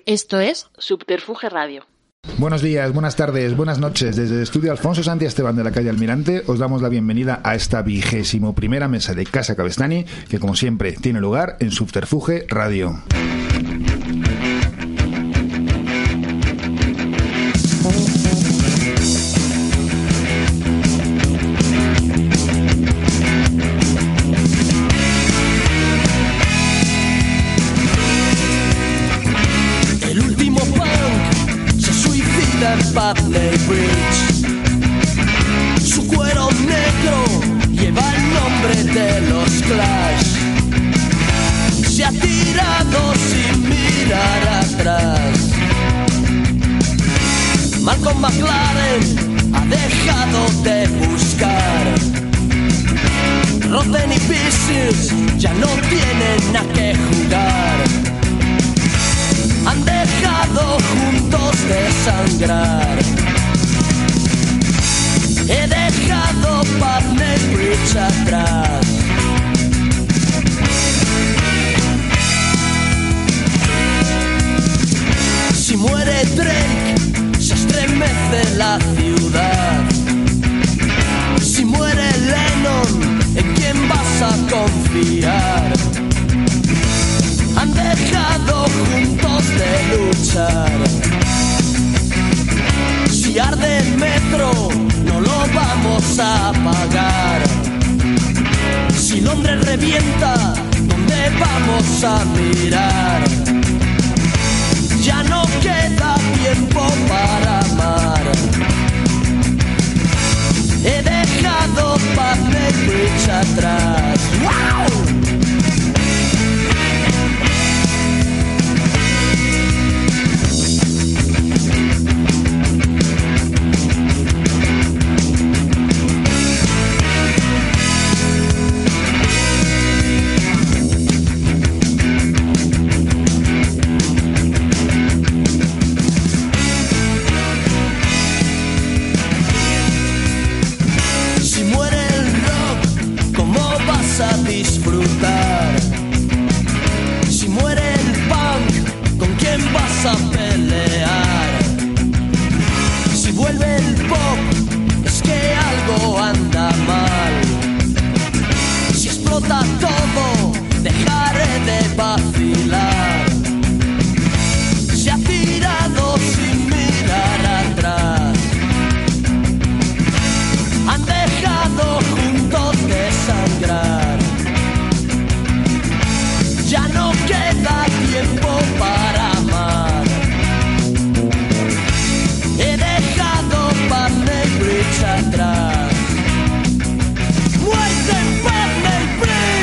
Esto es Subterfuge Radio. Buenos días, buenas tardes, buenas noches. Desde el estudio Alfonso Santi Esteban de la calle Almirante os damos la bienvenida a esta 21ª mesa de Casa Cabestany, que como siempre tiene lugar en Subterfuge Radio. Putney Bridge. Su cuero negro lleva el nombre de los Clash. Se ha tirado sin mirar atrás. Malcolm McLaren ha dejado de buscar. Rodney y Pieces ya no tienen a qué jugar. Han dejado juntos de sangrar. He dejado Putney Bridge atrás. Si muere Drake, se estremece la ciudad. Si muere Lennon, ¿en quién vas a confiar? Han dejado juntos de luchar. Si arde el metro, no lo vamos a apagar. Si Londres revienta, ¿dónde vamos a mirar? Ya no queda tiempo para amar. He dejado Putney Bridge atrás. ¡Wow! A pelear. Si vuelve el pop, es que algo anda mal. Si explota todo, dejaré de vacilar. Se ha tirado sin mirar atrás. Han dejado juntos de sangrar. Ya no queda tiempo para amar. He dejado Putney Bridge atrás. ¡Muerte en Putney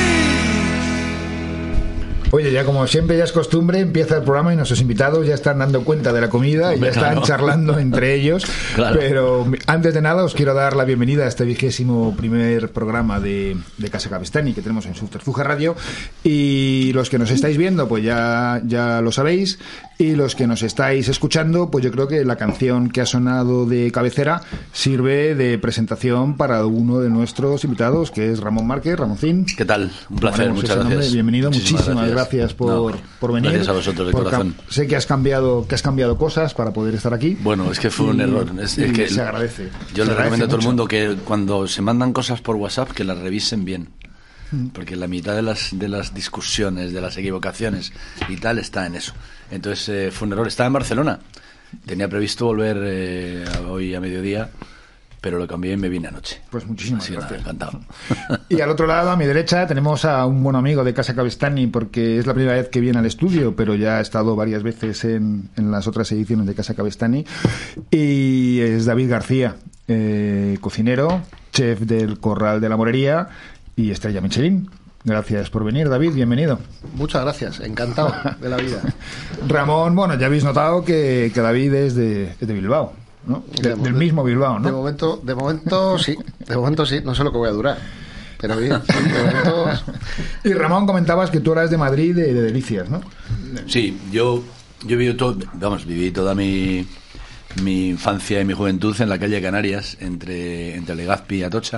Bridge! Oye, ya como siempre, ya es costumbre, empieza el programa y nuestros invitados ya están dando cuenta de la comida y ya están charlando entre ellos. Claro. Pero antes de nada os quiero dar la bienvenida a este 21º programa de Casa Cabestany que tenemos en Subterfuge Radio. Y los que nos estáis viendo, pues ya lo sabéis. Y los que nos estáis escuchando, pues yo creo que la canción que ha sonado de cabecera sirve de presentación para uno de nuestros invitados, que es Ramón Márquez. Ramoncín, ¿qué tal? Un placer, muchas gracias. Bienvenido, muchísimas gracias por venir. Gracias a vosotros de corazón. Sé que has cambiado cosas para poder estar aquí. Bueno, es que fue un error. Es que se agradece. Yo le recomiendo a todo el mundo que cuando se mandan cosas por WhatsApp, que las revisen bien. Porque la mitad de las discusiones, de las equivocaciones y tal está en eso. Entonces fue un error. Estaba en Barcelona. Tenía previsto volver hoy a mediodía, pero lo cambié y me vine anoche. Pues muchísimas gracias. Nada, encantado. Y al otro lado, a mi derecha, tenemos a un buen amigo de Casa Cabestany, porque es la primera vez que viene al estudio, pero ya ha estado varias veces en las otras ediciones de Casa Cabestany. Y es David García, cocinero, chef del Corral de la Morería y estrella Michelin. Gracias por venir, David, bienvenido. Muchas gracias, encantado de la vida. Ramón, bueno, ya habéis notado que David es de Bilbao, ¿no? Del mismo Bilbao, ¿no? De momento sí, no sé lo que voy a durar. Pero bien, de momento... Y Ramón, comentabas que tú eras de Madrid, de Delicias, ¿no? Sí, yo viví toda mi infancia y mi juventud en la calle Canarias, entre Legazpi y Atocha.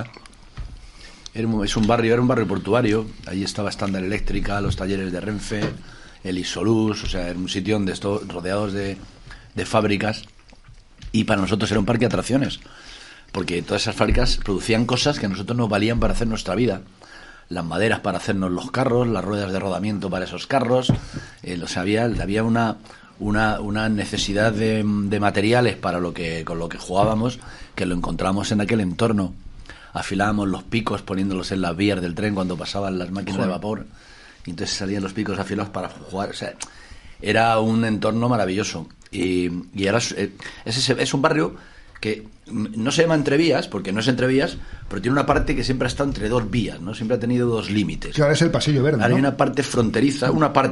Era un barrio portuario. Allí estaba Standard Eléctrica, los talleres de Renfe, el Isolús, o sea, era un sitio donde rodeados de fábricas, y para nosotros era un parque de atracciones, porque todas esas fábricas producían cosas que a nosotros nos valían para hacer nuestra vida. Las maderas para hacernos los carros, las ruedas de rodamiento para esos carros, o sea, había una necesidad de materiales para con lo que jugábamos, que lo encontramos en aquel entorno. Afilábamos los picos poniéndolos en las vías del tren cuando pasaban las máquinas de vapor, y entonces salían los picos afilados para jugar. O sea, era un entorno maravilloso. Y ahora es un barrio que no se llama Entrevías, porque no es Entrevías, pero tiene una parte que siempre ha estado entre dos vías, ¿no? Siempre ha tenido dos límites. Que ahora es el Pasillo Verde, ahora ¿no? hay una parte fronteriza,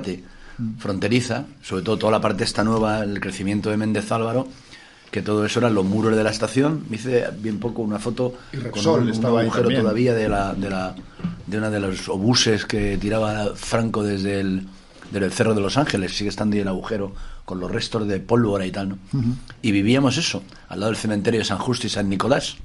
sobre todo toda la parte esta nueva, el crecimiento de Méndez Álvaro, que todo eso eran los muros de la estación. Me hice bien poco una foto con un agujero todavía de una de los obuses que tiraba Franco desde el Cerro de Los Ángeles. Sigue estando ahí el agujero con los restos de pólvora y tal, ¿no? Uh-huh. Y vivíamos eso, al lado del cementerio de San Justo y San Nicolás,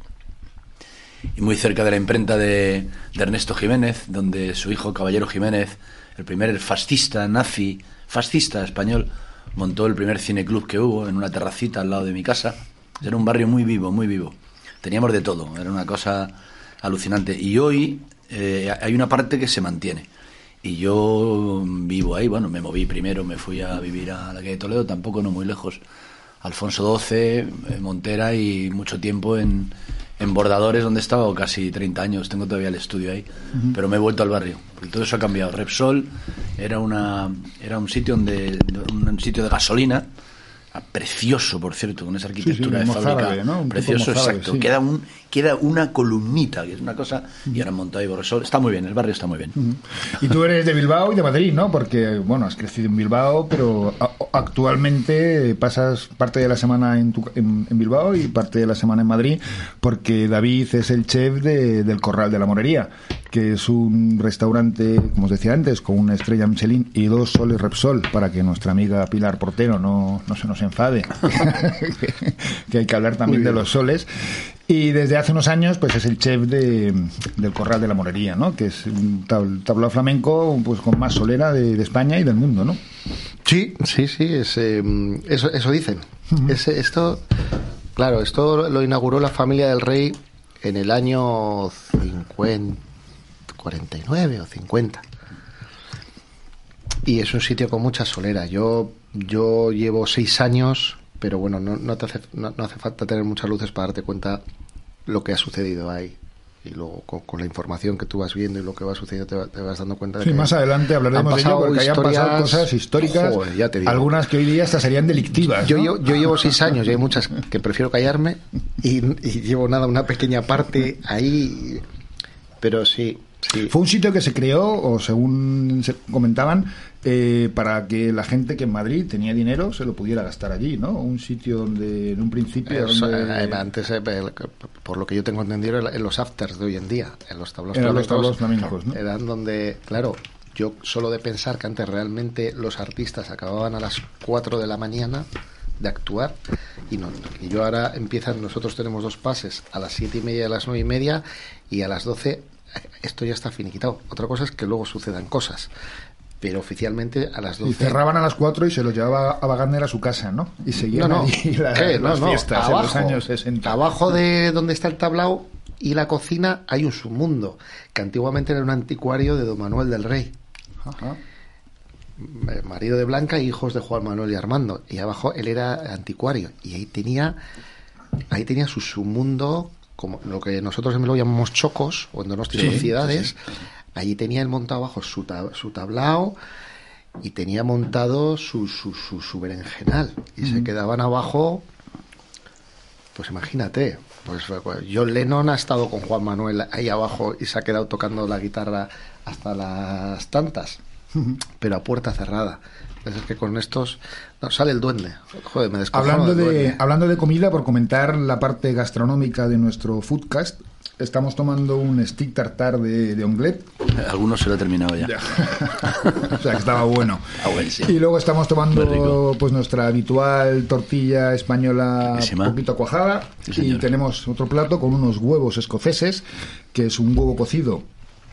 y muy cerca de la imprenta de Ernesto Jiménez, donde su hijo Caballero Jiménez, el primer fascista español, montó el primer cineclub que hubo en una terracita al lado de mi casa. Era un barrio muy vivo, muy vivo. Teníamos de todo, era una cosa alucinante. Y hoy hay una parte que se mantiene. Y yo vivo ahí. Bueno, me moví primero, me fui a vivir a la calle de Toledo, tampoco no muy lejos. Alfonso XII, Montera, y mucho tiempo en Bordadores, donde he estado casi 30 años. Tengo todavía el estudio ahí, pero me he vuelto al barrio, porque todo eso ha cambiado. Repsol era un sitio un sitio de gasolina, precioso, por cierto, con esa arquitectura de fábrica, mozárabe, ¿no? precioso, mozárabe, exacto. Sí. Queda una columnita, que es una cosa, y ahora han montado ahí Repsol. Está muy bien, el barrio está muy bien. Y tú eres de Bilbao y de Madrid, ¿no? Porque, bueno, has crecido en Bilbao, pero actualmente pasas parte de la semana en Bilbao y parte de la semana en Madrid, porque David es el chef del Corral de la Morería, que es un restaurante, como os decía antes, con una estrella Michelin y 2 soles Repsol, para que nuestra amiga Pilar Portero no se nos enfade, que hay que hablar también de los soles. Y desde hace unos años pues es el chef del Corral de la Morería, ¿no? Que es un tablao flamenco pues con más solera de España y del mundo, ¿no? Sí, eso dicen. Esto lo inauguró la familia del rey en el año 49 o 50. Y es un sitio con mucha solera. Yo llevo 6 años, pero bueno, no hace falta tener muchas luces para darte cuenta lo que ha sucedido ahí. Y luego con la información que tú vas viendo y lo que va sucediendo te vas dando cuenta de que más adelante hablaremos de ello, porque hayan pasado cosas históricas, joder, ya te digo, algunas que hoy día hasta serían delictivas, ¿no? Yo llevo 6 años y hay muchas que prefiero callarme y llevo una pequeña parte ahí, pero sí. Fue un sitio que se creó, o según se comentaban, para que la gente que en Madrid tenía dinero se lo pudiera gastar allí, ¿no? Un sitio donde en un principio antes, por lo que yo tengo entendido, en los afters de hoy en día, en los tablaos flamencos, ¿no? Eran donde, claro, yo solo de pensar que antes realmente los artistas acababan a las 4 de la mañana de actuar, y yo ahora nosotros tenemos 2 pases a las 7:30 y a las 9:30, y a las 12 esto ya está finiquitado. Otra cosa es que luego sucedan cosas, pero oficialmente a las 12... Y cerraban a las 4 y se los llevaba a Wagner a su casa, ¿no? Y seguían allí las fiestas abajo, en los años 60. Abajo de donde está el tablao y la cocina hay un submundo, que antiguamente era un anticuario de don Manuel del Rey. Ajá. Marido de Blanca, hijos de Juan Manuel y Armando. Y abajo él era anticuario. Y ahí tenía su submundo, como lo que nosotros en Bilbao llamamos chocos, o en Donosti sociedades. Sí. Allí tenía él montado abajo su tablao y tenía montado su berenjenal. Y se quedaban abajo, pues imagínate, pues John Lennon ha estado con Juan Manuel ahí abajo y se ha quedado tocando la guitarra hasta las tantas, pero a puerta cerrada. Es que con estos sale el duende. Joder, me descojono. Hablando de comida, por comentar la parte gastronómica de nuestro foodcast, estamos tomando un stick tartar de onglet. Algunos se lo he terminado ya. O sea, que estaba bueno. Bueno, sí. Y luego estamos tomando pues nuestra habitual tortilla española, un poquito cuajada. Sí, y tenemos otro plato con unos huevos escoceses, que es un huevo cocido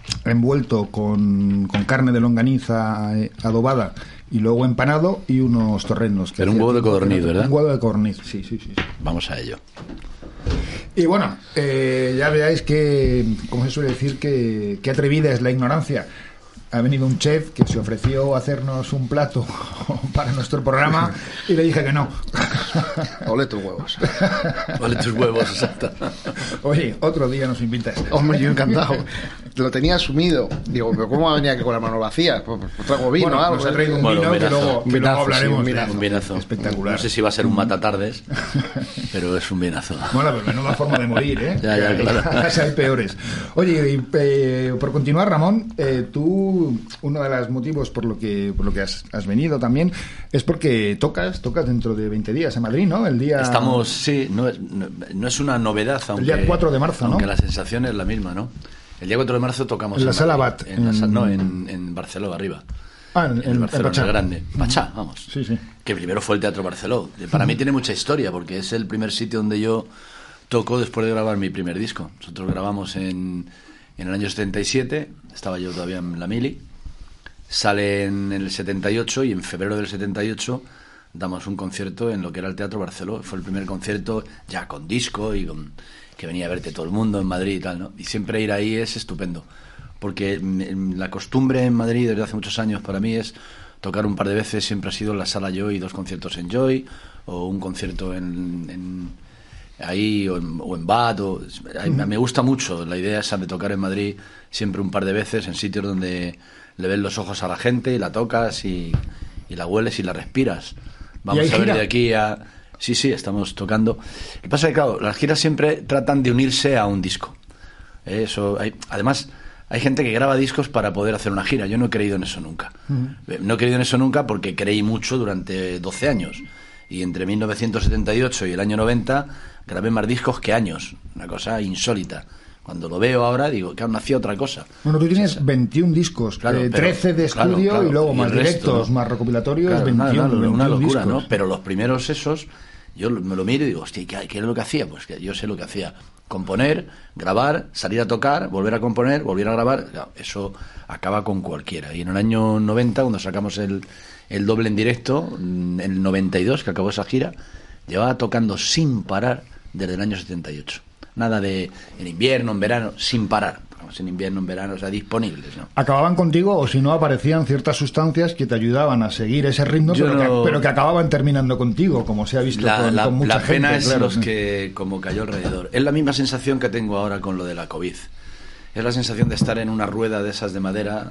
envuelto con carne de longaniza adobada y luego empanado y unos torrenos. Pero un huevo de codorniz, ¿verdad? Un huevo de codorniz, sí. Vamos a ello. Y bueno, ya veáis que, como se suele decir, que atrevida es la ignorancia. Ha venido un chef que se ofreció a hacernos un plato para nuestro programa y le dije que no. Ole tus huevos. Ole tus huevos, exacto. Oye, otro día nos invitas. Hombre, yo encantado. Lo tenía asumido. Digo, ¿pero cómo va a venir aquí con la mano vacía? Pues traigo vino, bueno, algo. Nos ha traído un Bueno, vino un que vinazo. luego hablaremos. Sí, Un vinazo. Espectacular. No sé si va a ser un matatardes, pero es un vinazo. Bueno, pues menuda forma de morir, ¿eh? Ya, claro. Hay peores. Oye, y, por continuar, Ramón, tú, uno de los motivos por lo que has venido también es porque tocas dentro de 20 días en Madrid, ¿no? El día... Estamos, sí, no es una novedad, aunque... El día 4 de marzo, ¿no? Aunque la sensación es la misma, ¿no? El día 4 de marzo tocamos... En la Sala Madrid, Bat. En Barceló, arriba. En Barcelona, Pachá. el grande. Pachá, vamos. Sí. Que primero fue el Teatro Barceló. Para mí tiene mucha historia, porque es el primer sitio donde yo toco después de grabar mi primer disco. Nosotros grabamos en el año 77, estaba yo todavía en la mili. Sale en el 78 y en febrero del 78 damos un concierto en lo que era el Teatro Barceló. Fue el primer concierto ya con disco y que venía a verte todo el mundo en Madrid y tal, ¿no? Y siempre ir ahí es estupendo, porque la costumbre en Madrid desde hace muchos años para mí es tocar un par de veces. Siempre ha sido en la Sala Joy, 2 conciertos en Joy, o un concierto ahí o en Bat. Me gusta mucho la idea esa de tocar en Madrid siempre un par de veces en sitios donde le ves los ojos a la gente y la tocas y la hueles y la respiras. Vamos a ver de aquí a... Sí, estamos tocando. Lo que pasa es que, claro, las giras siempre tratan de unirse a un disco. Además, hay gente que graba discos para poder hacer una gira. Yo no he creído en eso nunca. No he creído en eso nunca porque creí mucho durante 12 años. Y entre 1978 y el año 90 grabé más discos que años. Una cosa insólita. Cuando lo veo ahora digo que aún hacía otra cosa. Bueno, tú tienes 21 discos, claro, 13 de estudio, claro, y luego más directos, más recopilatorios, claro, 21, una locura, discos, ¿no? Pero los primeros esos, yo me lo miro y digo, hostia, ¿qué es lo que hacía? Pues que yo sé lo que hacía. Componer, grabar, salir a tocar, volver a componer, volver a grabar. Claro, eso acaba con cualquiera. Y en el año 90, cuando sacamos el doble en directo, en el 92, que acabó esa gira, llevaba tocando sin parar desde el año 78. Nada de en invierno, en verano, sin parar. En invierno, en verano, o sea, disponibles, ¿no? Acababan contigo o si no aparecían ciertas sustancias que te ayudaban a seguir ese ritmo, pero que acababan terminando contigo, como se ha visto con mucha gente. La pena es claro, los que como cayó alrededor. Es la misma sensación que tengo ahora con lo de la COVID. Es la sensación de estar en una rueda de esas de madera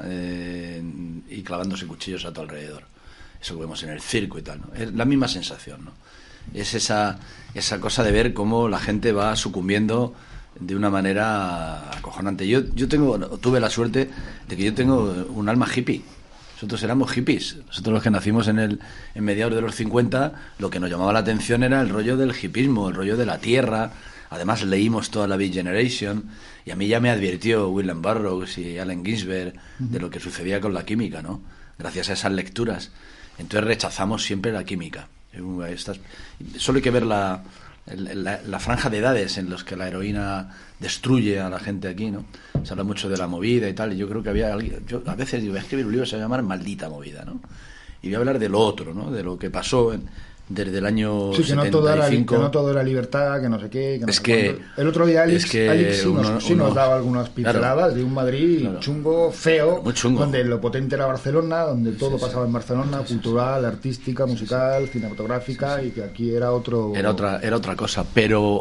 y clavándose cuchillos a tu alrededor. Eso que vemos en el circo y tal, ¿no? Es la misma sensación, ¿no? Es esa cosa de ver cómo la gente va sucumbiendo de una manera acojonante. Yo tuve la suerte de que yo tengo un alma hippie. Nosotros éramos hippies. Nosotros los que nacimos en mediados de los 50, lo que nos llamaba la atención era el rollo del hippismo, el rollo de la tierra. Además leímos toda la Beat Generation y a mí ya me advirtió William Burroughs y Allen Ginsberg de lo que sucedía con la química, ¿no? Gracias a esas lecturas. Entonces rechazamos siempre la química. Solo hay que ver la franja de edades en las que la heroína destruye a la gente aquí, ¿no? Se habla mucho de la movida y tal, y yo creo que había alguien... Yo a veces digo, voy a escribir un libro que se va a llamar Maldita Movida, ¿no? Y voy a hablar de lo otro, ¿no? De lo que pasó desde el año 75. Que no todo era libertad, que no sé qué... Que no es sé que... cuándo. El otro día Alex sí nos daba algunas pinceladas, claro, de un Madrid chungo, feo, muy chungo, donde lo potente era Barcelona, donde todo pasaba en Barcelona, cultural, artística, musical, cinematográfica, y que aquí era otro... Era otra cosa, pero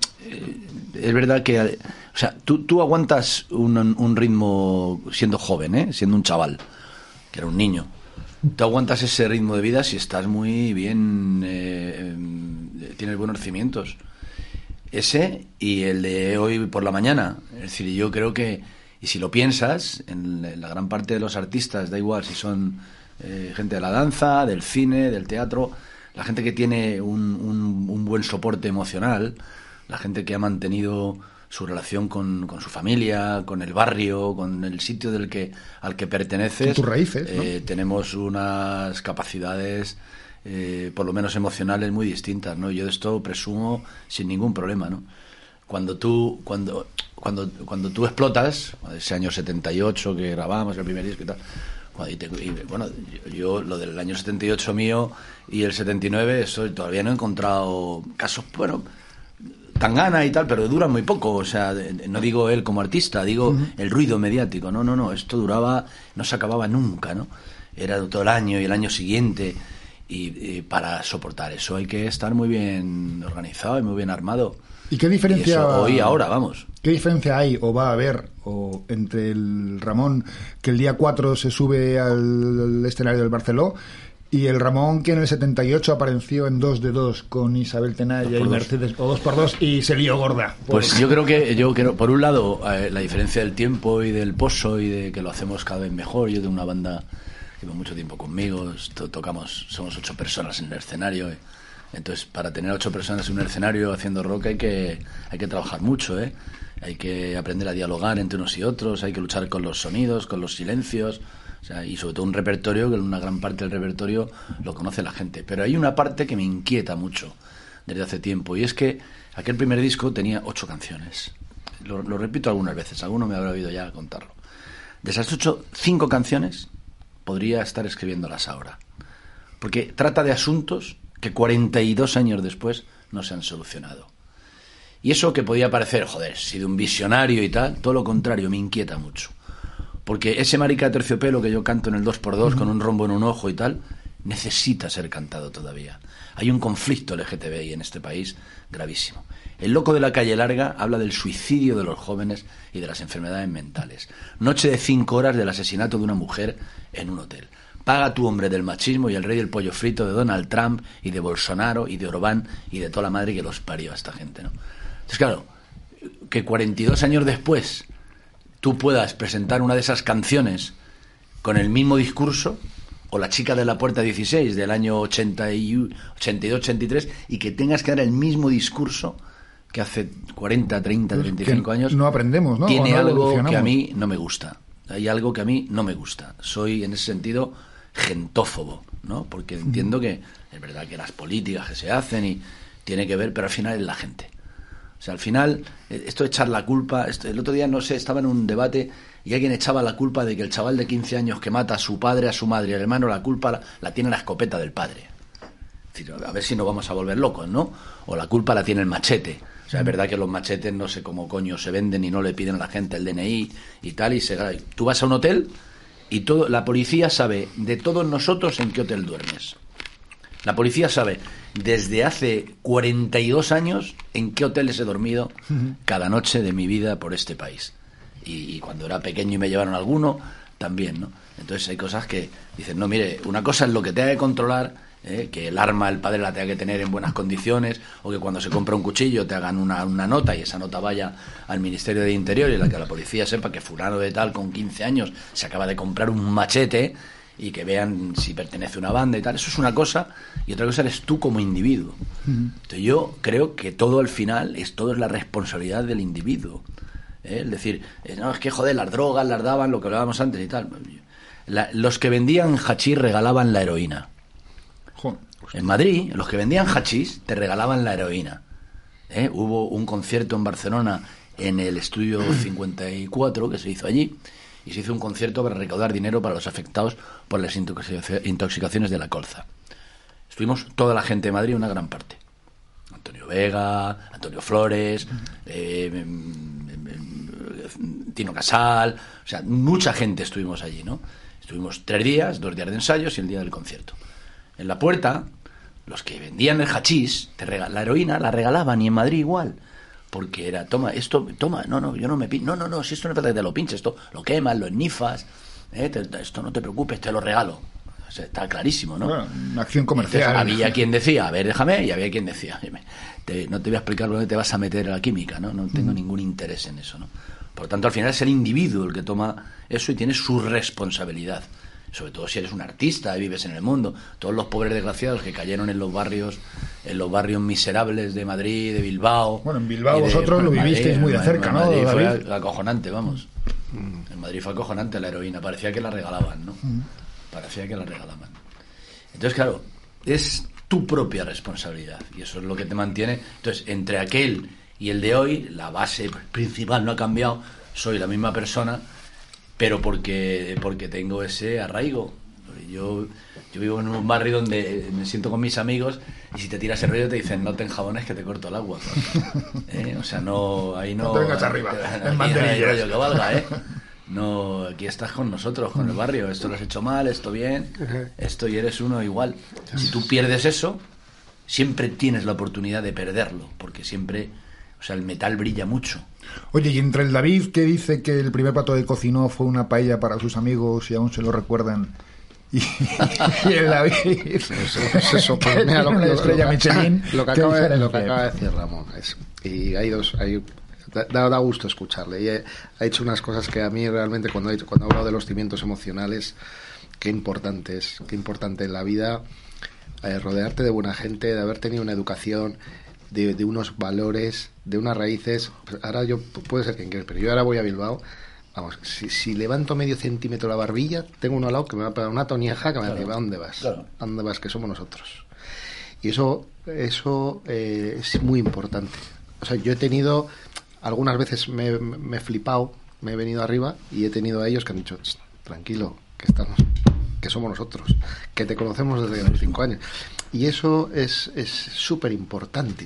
es verdad que... O sea, tú aguantas un ritmo siendo joven, siendo un chaval, que era un niño. Tú aguantas ese ritmo de vida si estás muy bien, tienes buenos cimientos. Ese y el de hoy por la mañana. Es decir, yo creo que, y si lo piensas, en la gran parte de los artistas, da igual si son gente de la danza, del cine, del teatro, la gente que tiene un buen soporte emocional, la gente que ha mantenido su relación con su familia, con el barrio, con el sitio al que perteneces. Con tus raíces, ¿no? Tenemos unas capacidades, por lo menos emocionales, muy distintas, ¿no? Yo de esto presumo sin ningún problema, ¿no? Cuando cuando tú explotas, ese año 78 que grabamos el primer disco y tal, bueno, yo lo del año 78 mío y el 79, eso todavía no he encontrado casos, bueno, Tangana y tal, pero duran muy poco, o sea, no digo él como artista, digo el ruido mediático, no, esto duraba, no se acababa nunca, ¿no? Era todo el año y el año siguiente, y para soportar eso hay que estar muy bien organizado y muy bien armado. ¿Y qué diferencia ahora, vamos? ¿Qué diferencia hay o va a haber entre el Ramón que el día 4 se sube al escenario del Barceló y el Ramón que en el 78 apareció en 2 de 2 con Isabel Tenaya y Mercedes, o 2x2 y se lió gorda? Pues yo creo, por un lado, la diferencia del tiempo y del pozo y de que lo hacemos cada vez mejor. Yo tengo una banda que lleva mucho tiempo conmigo, somos 8 personas en el escenario. Entonces, para tener 8 personas en un escenario haciendo rock hay que trabajar mucho, hay que aprender a dialogar entre unos y otros, hay que luchar con los sonidos, con los silencios, o sea, y sobre todo un repertorio, que una gran parte del repertorio lo conoce la gente. Pero hay una parte que me inquieta mucho desde hace tiempo, y es que aquel primer disco tenía 8 canciones. Lo repito algunas veces, alguno me habrá oído ya contarlo. De esas 8, 5 canciones podría estar escribiéndolas ahora, porque trata de asuntos que 42 años después no se han solucionado. Y eso que podía parecer, joder, si de un visionario y tal, todo lo contrario, me inquieta mucho. Porque ese marica de terciopelo que yo canto en el 2x2 con un rombo en un ojo y tal, necesita ser cantado todavía. Hay un conflicto LGTBI en este país gravísimo. El loco de la calle larga habla del suicidio de los jóvenes y de las enfermedades mentales. Noche de 5 horas del asesinato de una mujer en un hotel. Paga tu hombre del machismo y el rey del pollo frito de Donald Trump y de Bolsonaro y de Orbán y de toda la madre que los parió a esta gente, ¿no? Entonces, claro, que 42 años después tú puedas presentar una de esas canciones con el mismo discurso, o La chica de la puerta 16 del año 82-83, y que tengas que dar el mismo discurso que hace 40, 30, 35 años, no aprendemos, ¿no? Tiene no algo que a mí no me gusta. Hay algo que a mí no me gusta. Soy, en ese sentido, gentófobo, ¿no? Porque entiendo que es verdad que las políticas que se hacen y tiene que ver, pero al final es la gente. O sea, al final, esto de echar la culpa, el otro día, no sé, estaba en un debate y alguien echaba la culpa de que el chaval de 15 años que mata a su padre, a su madre y al hermano, la culpa la tiene la escopeta del padre. Es decir, a ver si nos vamos a volver locos, ¿no? O la culpa la tiene el machete. O sea, es verdad que los machetes no sé cómo coño se venden y no le piden a la gente el DNI y tal, y tú vas a un hotel y la policía sabe de todos nosotros en qué hotel duermes. La policía sabe desde hace 42 años en qué hoteles he dormido cada noche de mi vida por este país. Y cuando era pequeño y me llevaron alguno, también, ¿no? Entonces hay cosas que dicen, no, mire, una cosa es lo que tenga que controlar, que el arma el padre la tenga que tener en buenas condiciones, o que cuando se compra un cuchillo te hagan una nota y esa nota vaya al Ministerio de Interior y la policía sepa que fulano de tal con 15 años se acaba de comprar un machete y que vean si pertenece a una banda y tal. Eso es una cosa, y otra cosa eres tú como individuo. Entonces yo creo que todo al final todo es la responsabilidad del individuo. Es decir, no, es que joder, las drogas las daban, lo que hablábamos antes y tal. Los que vendían hachís regalaban la heroína. En Madrid, los que vendían hachís te regalaban la heroína. Hubo un concierto en Barcelona en el Estudio 54 que se hizo allí, y se hizo un concierto para recaudar dinero para los afectados por las intoxicaciones de la colza. Estuvimos toda la gente de Madrid, una gran parte. Antonio Vega, Antonio Flores, Tino Casal, o sea, mucha gente estuvimos allí, ¿no? Estuvimos 3 días, 2 días de ensayos y el día del concierto. En la puerta, los que vendían el hachís, la heroína la regalaban, y en Madrid igual. Porque era, toma, no, yo no me pincho, no, si esto no es para que te lo pinches, esto lo quemas, lo ennifas, esto no te preocupes, te lo regalo. O sea, está clarísimo, ¿no? Bueno, una acción comercial. Entonces, había quien decía, a ver, déjame, y había quien decía, no te voy a explicar dónde te vas a meter a la química, ¿no? No tengo ningún interés en eso, ¿no? Por tanto, al final es el individuo el que toma eso y tiene su responsabilidad. Sobre todo si eres un artista y vives en el mundo. Todos los pobres desgraciados que cayeron en los barrios miserables de Madrid, de Bilbao. Bueno, en Bilbao vosotros lo vivisteis muy de cerca, ¿no? En Madrid fue acojonante, vamos. En Madrid fue acojonante la heroína. Parecía que la regalaban, ¿no? Parecía que la regalaban. Entonces, claro, es tu propia responsabilidad y eso es lo que te mantiene. Entonces, entre aquel Y el de hoy, la base principal no ha cambiado, soy la misma persona, pero porque tengo ese arraigo. Yo vivo en un barrio donde me siento con mis amigos y si te tiras el rollo te dicen no te enjabones que te corto el agua. O sea, no, ahí no... No te vengas arriba, en banderillas. Rollo que valga, No, aquí estás con nosotros, con el barrio. Esto lo has hecho mal, esto bien, esto y eres uno igual. Si tú pierdes eso, siempre tienes la oportunidad de perderlo, porque siempre... O sea, el metal brilla mucho. Oye, y entre el David que dice que el primer plato que cocinó fue una paella para sus amigos y aún se lo recuerdan... Y el David eso, pues, mira, una estrella Michelin, lo que acaba de decir Ramón y da gusto escucharle, y ha hecho unas cosas que a mí realmente cuando ha hablado de los cimientos emocionales, qué importante en la vida rodearte de buena gente, de haber tenido una educación, de unos valores, de unas raíces. Pues ahora puede ser quien quiera, pero yo ahora voy a Bilbao. Vamos, si levanto medio centímetro la barbilla, tengo uno al lado que me va a pegar una tonieja que me va a decir, ¿a dónde vas? Claro. ¿A dónde vas? Que somos nosotros. Y eso es muy importante. O sea, yo he tenido, algunas veces me he flipado, me he venido arriba y he tenido a ellos que han dicho, tranquilo, que somos nosotros, que te conocemos desde los 5 años. Y eso es súper importante,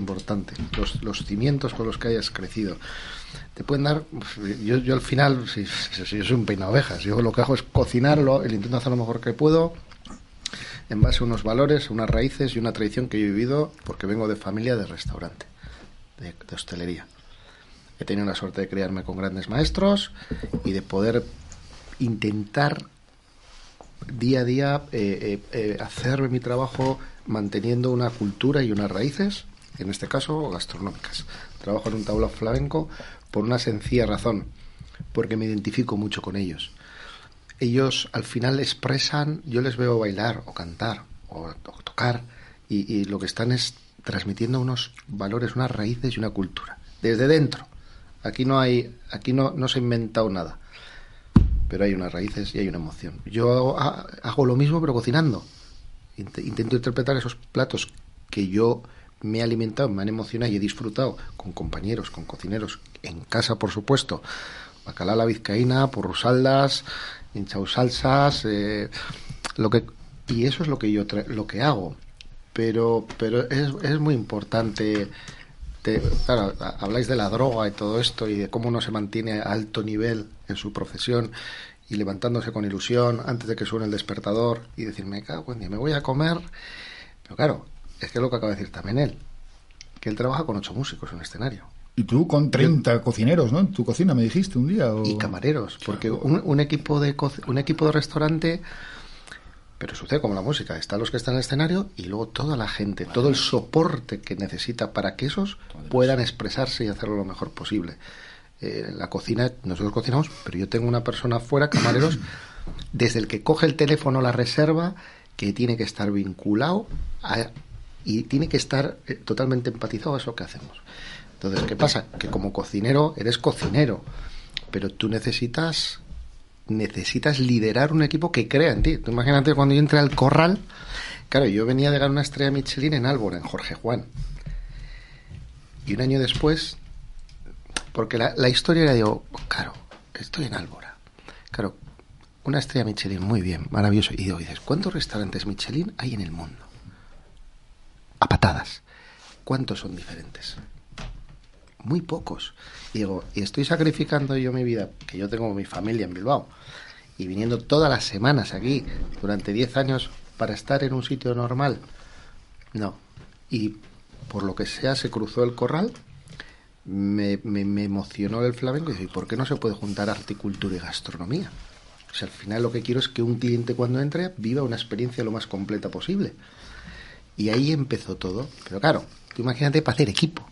los cimientos con los que hayas crecido. Te pueden dar, yo al final, yo soy un peinaovejas, yo lo que hago es cocinarlo, intento hacer lo mejor que puedo, en base a unos valores, unas raíces y una tradición que yo he vivido, porque vengo de familia de restaurante, de hostelería. He tenido la suerte de criarme con grandes maestros y de poder intentar día a día hacer mi trabajo manteniendo una cultura y unas raíces, en este caso gastronómicas. Trabajo en un tablao flamenco por una sencilla razón, porque me identifico mucho con ellos. Ellos al final expresan, yo les veo bailar o cantar o tocar y lo que están es transmitiendo unos valores, unas raíces y una cultura desde dentro. Aquí no se ha inventado nada, pero hay unas raíces y hay una emoción. Yo hago lo mismo pero cocinando. Intento interpretar esos platos que yo me he alimentado, me han emocionado y he disfrutado con compañeros, con cocineros, en casa por supuesto, bacalao a la vizcaína, porrusaldas, hinchao salsas, y eso es lo que yo lo que hago, pero es muy importante. Claro, habláis de la droga y todo esto y de cómo uno se mantiene a alto nivel en su profesión y levantándose con ilusión antes de que suene el despertador y decir, me cago en Dios, me voy a comer. Pero claro, es que es lo que acaba de decir también él, que él trabaja con 8 músicos en un escenario. Y tú con 30 cocineros, ¿no? En tu cocina me dijiste un día. Y camareros, porque un equipo de restaurante, pero sucede como la música, están los que están en el escenario y luego toda la gente, todo el soporte que necesita para que esos puedan expresarse y hacerlo lo mejor posible. La cocina, nosotros cocinamos, pero yo tengo una persona afuera, camareros, desde el que coge el teléfono, la reserva, que tiene que estar vinculado y tiene que estar totalmente empatizado a eso que hacemos. Entonces, ¿qué pasa? Que como cocinero, eres cocinero, pero tú necesitas liderar un equipo que crea en ti. Tú imagínate cuando yo entré al Corral, claro, yo venía de ganar una estrella Michelin en Álvora, en Jorge Juan. Y un año después, porque la historia era, digo, claro, estoy en Álvora. Claro, una estrella Michelin, muy bien, maravilloso. Y dices, ¿cuántos restaurantes Michelin hay en el mundo? A patadas. ¿Cuántos son diferentes? Muy pocos. Y digo, y estoy sacrificando yo mi vida, que yo tengo mi familia en Bilbao, y viniendo todas las semanas aquí, durante 10 años, para estar en un sitio normal. No. Y por lo que sea, se cruzó el Corral, me emocionó el flamenco, y dije, ¿por qué no se puede juntar arte, cultura y gastronomía? O sea, al final lo que quiero es que un cliente cuando entre viva una experiencia lo más completa posible. Y ahí empezó todo. Pero claro, tú imagínate para hacer equipo.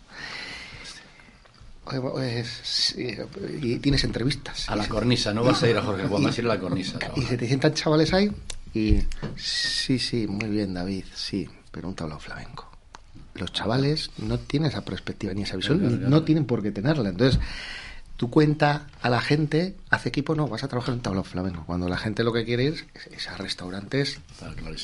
Y tienes entrevistas. A la cornisa, no vas a ir a Jorge Juan, vas a ir a la cornisa. Y se te sientan chavales ahí y... Sí, muy bien, David, sí, pero un tablao flamenco. Los chavales no tienen esa perspectiva ni esa visión, no tienen por qué tenerla. Entonces, tú cuenta a la gente, hace equipo, no, vas a trabajar en tablao flamenco. Cuando la gente lo que quiere ir es a restaurantes... Claro, clarísimo.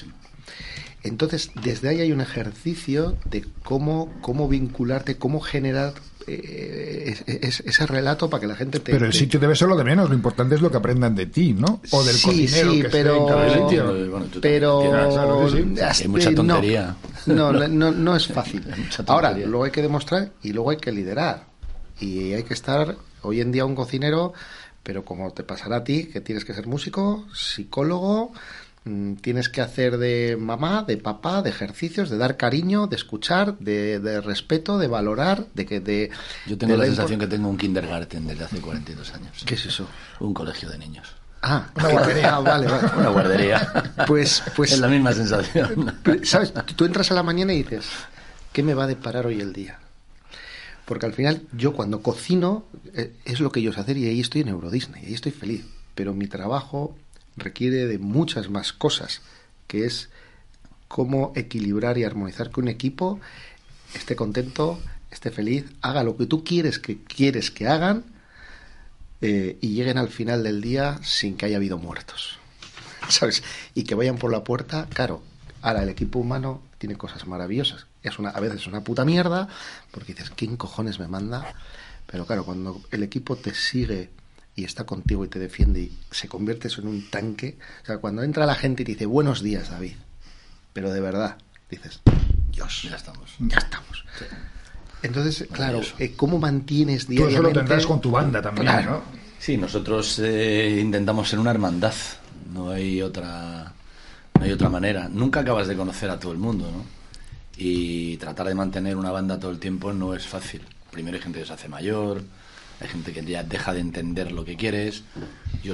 Entonces, desde ahí hay un ejercicio de cómo vincularte, cómo generar ese relato para que la gente te... Pero el sitio debe ser lo de menos, lo importante es lo que aprendan de ti, ¿no? O del cocinero que esté en cada sitio. Bueno, pero claro, sí. Hay mucha tontería. No es fácil. Ahora, tontería. luego hay que demostrar y luego hay que liderar. Y hay que estar, hoy en día, un cocinero, pero como te pasará a ti, que tienes que ser músico, psicólogo, tienes que hacer de mamá, de papá, de ejercicios, de dar cariño, de escuchar, de respeto, de valorar, Yo tengo la sensación que tengo un kindergarten desde hace 42 años. ¿Qué es eso? Un colegio de niños. Una guardería. Vale. Una guardería. Pues es la misma sensación. ¿Sabes? Tú entras a la mañana y dices, ¿qué me va a deparar hoy el día? Porque al final, yo cuando cocino, es lo que yo sé hacer y ahí estoy en Euro Disney, ahí estoy feliz. Pero mi trabajo requiere de muchas más cosas, que es cómo equilibrar y armonizar que un equipo esté contento, esté feliz, haga lo que tú quieres que hagan y lleguen al final del día sin que haya habido muertos, ¿sabes? Y que vayan por la puerta, claro. Ahora, el equipo humano tiene cosas maravillosas. A veces es una puta mierda, porque dices, ¿quién cojones me manda? Pero claro, cuando el equipo te sigue y está contigo y te defiende y se convierte eso en un tanque, o sea, cuando entra la gente y te dice, buenos días, David, pero de verdad, dices, Dios, Ya estamos. Sí. Entonces, claro, ¿cómo mantienes diariamente? Tú eso lo tendrás con tu banda también, Claro. ¿no? Sí, nosotros intentamos ser una hermandad. No hay otra manera. Nunca acabas de conocer a todo el mundo, ¿no? Y tratar de mantener una banda todo el tiempo no es fácil. Primero hay gente que se hace mayor, hay gente que ya deja de entender lo que quieres. Yo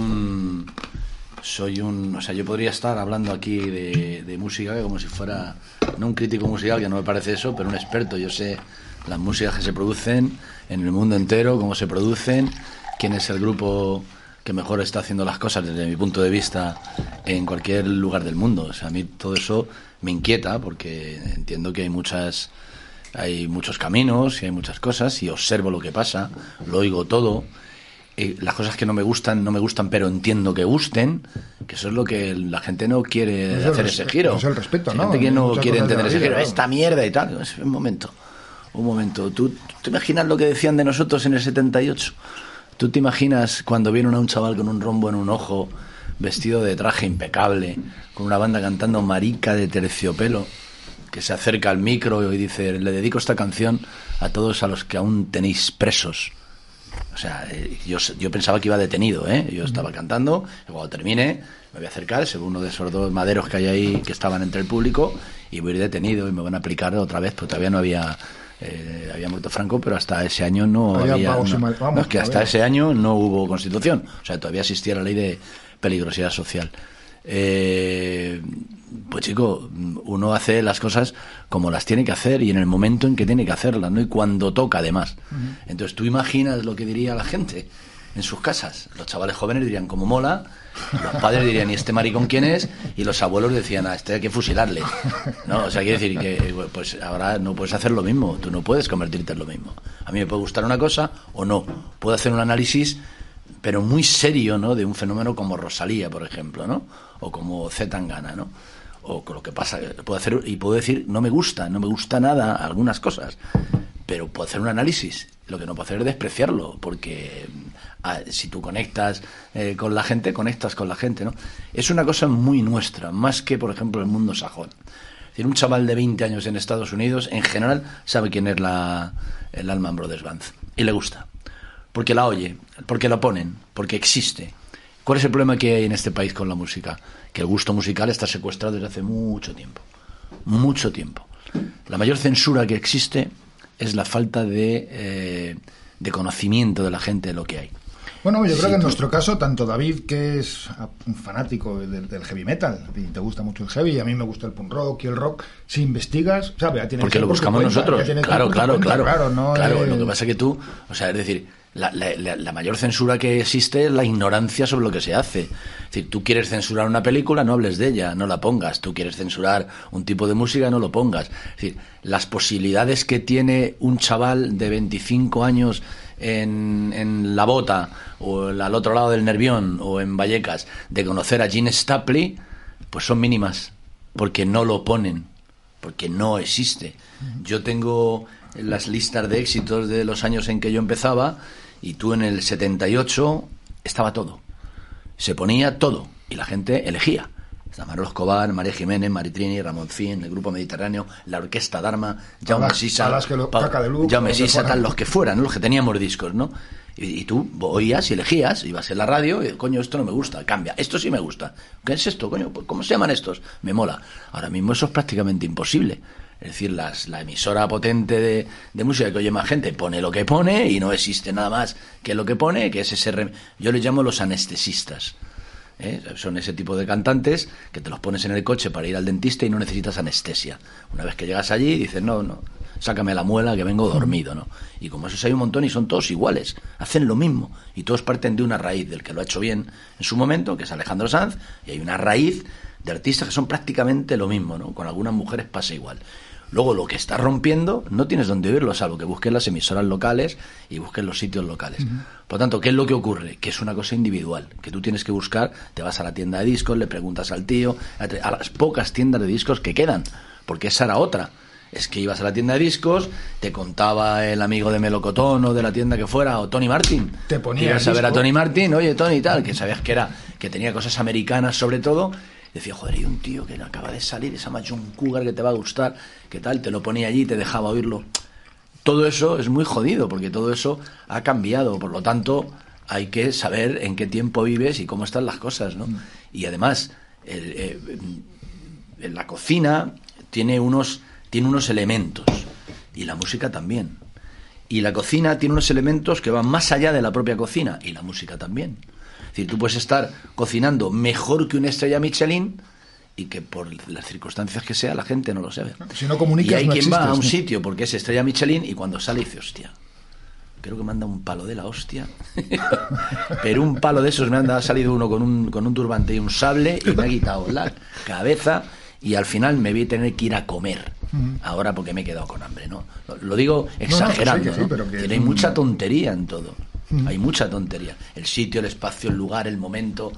o sea, yo podría estar hablando aquí de música como si fuera, no un crítico musical, que no me parece eso, pero un experto. Yo sé las músicas que se producen en el mundo entero, cómo se producen, quién es el grupo que mejor está haciendo las cosas desde mi punto de vista en cualquier lugar del mundo. O sea, a mí todo eso me inquieta porque entiendo que hay muchos caminos y hay muchas cosas y observo lo que pasa, lo oigo todo. Las cosas que no me gustan, pero entiendo que gusten, que eso es lo que la gente no quiere hacer ese giro. Es el respeto, ¿no? La gente que no Muchas quiere cosas de entender la ese vida, giro, claro. esta mierda y tal. Un momento. ¿Tú te imaginas lo que decían de nosotros en el 78? ¿Tú te imaginas cuando vieron a un chaval con un rombo en un ojo, vestido de traje impecable, con una banda cantando Marica de Terciopelo, que se acerca al micro y dice, le dedico esta canción a todos a los que aún tenéis presos? O sea, yo pensaba que iba detenido, ¿eh? Yo estaba cantando, y cuando termine me voy a acercar, según uno de esos dos maderos que hay ahí que estaban entre el público, y voy a ir detenido y me van a aplicar otra vez, porque todavía no había muerto Franco, pero hasta ese año es que hasta ese año no hubo Constitución, o sea, todavía existía la ley de peligrosidad social. Pues chico, uno hace las cosas como las tiene que hacer y en el momento en que tiene que hacerlas, ¿no? Y cuando toca, además. Entonces tú imaginas lo que diría la gente en sus casas. Los chavales jóvenes dirían, como mola, los padres dirían, ¿y este maricón quién es? Y los abuelos decían, este hay que fusilarle, ¿no? O sea, quiere decir que pues ahora no puedes hacer lo mismo, tú no puedes convertirte en lo mismo. A mí me puede gustar una cosa o no. Puedo hacer un análisis, pero muy serio, ¿no? De un fenómeno como Rosalía, por ejemplo, ¿no? O como Z Tangana, ¿no? O con lo que pasa, puedo decir, no me gusta nada algunas cosas, pero puedo hacer un análisis. Lo que no puedo hacer es despreciarlo, porque si tú conectas con la gente, conectas con la gente, ¿no? Es una cosa muy nuestra, más que, por ejemplo, el mundo sajón. Es decir, un chaval de 20 años en Estados Unidos, en general, sabe quién es el Allman Brothers Band, y le gusta, porque la oye, porque la ponen, porque existe. ¿Cuál es el problema que hay en este país con la música? Que el gusto musical está secuestrado desde hace mucho tiempo. Mucho tiempo. La mayor censura que existe es la falta de conocimiento de la gente de lo que hay. Bueno, yo creo que en nuestro caso, tanto David, que es un fanático del heavy metal, y te gusta mucho el heavy, y a mí me gusta el punk rock y el rock, si investigas, ¿sabes? Porque lo buscamos nosotros. Claro. No claro, es... lo que pasa es que tú, o sea, es decir, la mayor censura que existe es la ignorancia sobre lo que se hace. Es decir, tú quieres censurar una película, no hables de ella, no la pongas. Tú quieres censurar un tipo de música, no lo pongas. Es decir, las posibilidades que tiene un chaval de 25 años en La Bota o al otro lado del Nervión o en Vallecas de conocer a Gene Stapley, pues son mínimas. porque no lo ponen, porque no existe. Yo tengo las listas de éxitos de los años en que yo empezaba, y tú en el 78 estaba todo. Se ponía todo y la gente elegía. Está Manolo Escobar, María Jiménez, Maritrini, Ramoncín, el Grupo Mediterráneo, la Orquesta Dharma, Jaume Sisa, Jaume Sisa, tal, los que fueran, ¿no? Los que teníamos discos, ¿no? Y tú oías y elegías, ibas en la radio y, coño, esto no me gusta, cambia, esto sí me gusta. ¿Qué es esto, coño? ¿Cómo se llaman estos? Me mola. Ahora mismo eso es prácticamente imposible. Es decir, la emisora potente de música que oye más gente pone lo que pone y no existe nada más que lo que pone, que es ese... Yo les llamo los anestesistas. Son ese tipo de cantantes que te los pones en el coche para ir al dentista y no necesitas anestesia. Una vez que llegas allí dices, no, sácame la muela que vengo dormido, ¿no? Y como esos hay un montón y son todos iguales, hacen lo mismo y todos parten de una raíz del que lo ha hecho bien en su momento, que es Alejandro Sanz, y hay una raíz de artistas que son prácticamente lo mismo, ¿no? Con algunas mujeres pasa igual. Luego lo que está rompiendo no tienes dónde oírlo, salvo que busques las emisoras locales y busques los sitios locales. Por lo tanto, ¿qué es lo que ocurre? Que es una cosa individual, que tú tienes que buscar, te vas a la tienda de discos, le preguntas al tío, a las pocas tiendas de discos que quedan, porque esa era otra. Es que ibas a la tienda de discos, te contaba el amigo de Melocotón o de la tienda que fuera, o Tony Martin. Te ponía ibas a ver a Tony Martin, oye Tony y tal, que sabías que tenía cosas americanas sobre todo. Decía, joder, hay un tío que acaba de salir, se llama John Cougar, que te va a gustar, ¿qué tal? Te lo ponía allí y te dejaba oírlo. Todo eso es muy jodido, porque todo eso ha cambiado. Por lo tanto, hay que saber en qué tiempo vives y cómo están las cosas, ¿no? Y además, la cocina tiene unos elementos, y la música también. Y la cocina tiene unos elementos que van más allá de la propia cocina, y la música también. Es decir, tú puedes estar cocinando mejor que una estrella Michelin y que por las circunstancias que sea la gente no lo sabe. Si no comunicas, y hay no quien existes, va a un ¿no? sitio porque es estrella Michelin y cuando sale dice, hostia, creo que me han dado un palo de la hostia. Pero un palo de esos ha salido uno con un turbante y un sable y me ha quitado la cabeza y al final me voy a tener que ir a comer. Ahora porque me he quedado con hambre, ¿no? Lo digo exagerando, que sí, pero que hay mucha tontería en todo. Hay mucha tontería. El sitio, el espacio, el lugar, el momento.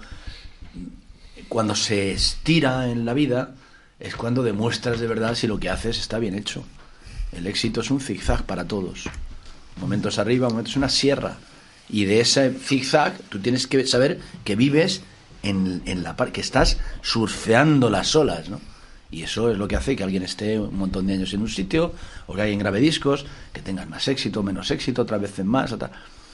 Cuando se estira en la vida es cuando demuestras de verdad si lo que haces está bien hecho. El éxito es un zigzag para todos. Momentos arriba, momentos una sierra. Y de ese zigzag tú tienes que saber que vives en la parte, que estás surfeando las olas, ¿no? Y eso es lo que hace que alguien esté un montón de años en un sitio, o que alguien grabe discos, que tengan más éxito, menos éxito, otras veces más, otra.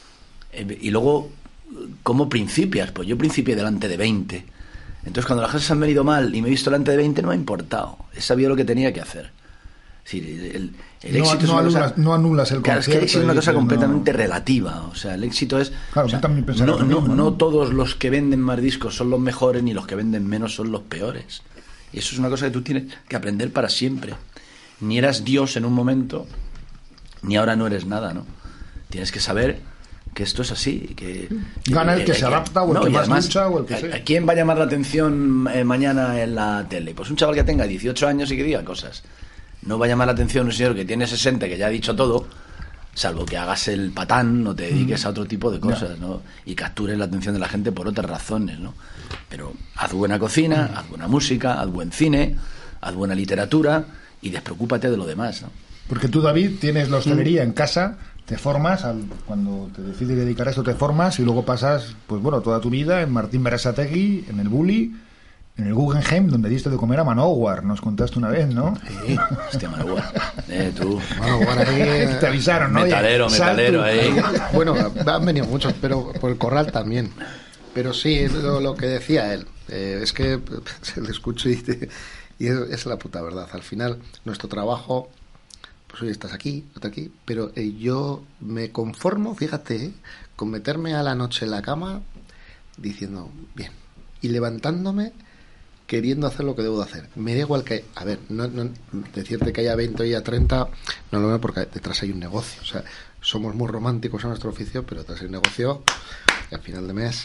Y luego, ¿cómo principias? Pues yo principié delante de 20. Entonces, cuando las cosas han venido mal y me he visto delante de 20, no me ha importado. He sabido lo que tenía que hacer. Es decir, el éxito es una cosa... No anulas el concepto. Claro, es que el éxito es una cosa completamente relativa. O sea, el éxito es... Claro, o sea, tú también pensarás lo mismo, ¿no? No todos los que venden más discos son los mejores, ni los que venden menos son los peores. Y eso es una cosa que tú tienes que aprender para siempre. Ni eras Dios en un momento, ni ahora no eres nada, ¿no? Tienes que saber que esto es así, que gana el que se adapta o el que más lucha o el que sea. ¿A quién va a llamar la atención mañana en la tele? Pues un chaval que tenga 18 años y que diga cosas. No va a llamar la atención un señor que tiene 60, que ya ha dicho todo, salvo que hagas el patán o te dediques a otro tipo de cosas, ¿no? Y captures la atención de la gente por otras razones, ¿no? Pero haz buena cocina, haz buena música, haz buen cine, haz buena literatura y despreocúpate de lo demás, ¿no? Porque tú, David, tienes la hostelería en casa, te formas, cuando te decides dedicar a esto te formas y luego pasas, pues bueno, toda tu vida en Martín Berasategui, en el Bulli, en el Guggenheim, donde diste de comer a Manowar, nos contaste una vez, ¿no? Sí, hostia, Manowar. Tú. Manowar ahí, te avisaron, ¿no? Metalero ahí. Bueno, han venido muchos, pero por el Corral también. Pero sí, lo que decía él, es que se le escucho y es la puta verdad. Al final, nuestro trabajo, pues hoy estás aquí, otro aquí, pero yo me conformo, fíjate, con meterme a la noche en la cama diciendo, bien, y levantándome queriendo hacer lo que debo de hacer. Me da igual que, a ver, no decirte que haya 20 y a 30, no lo veo porque detrás hay un negocio. O sea, somos muy románticos en nuestro oficio, pero detrás hay un negocio y al final de mes.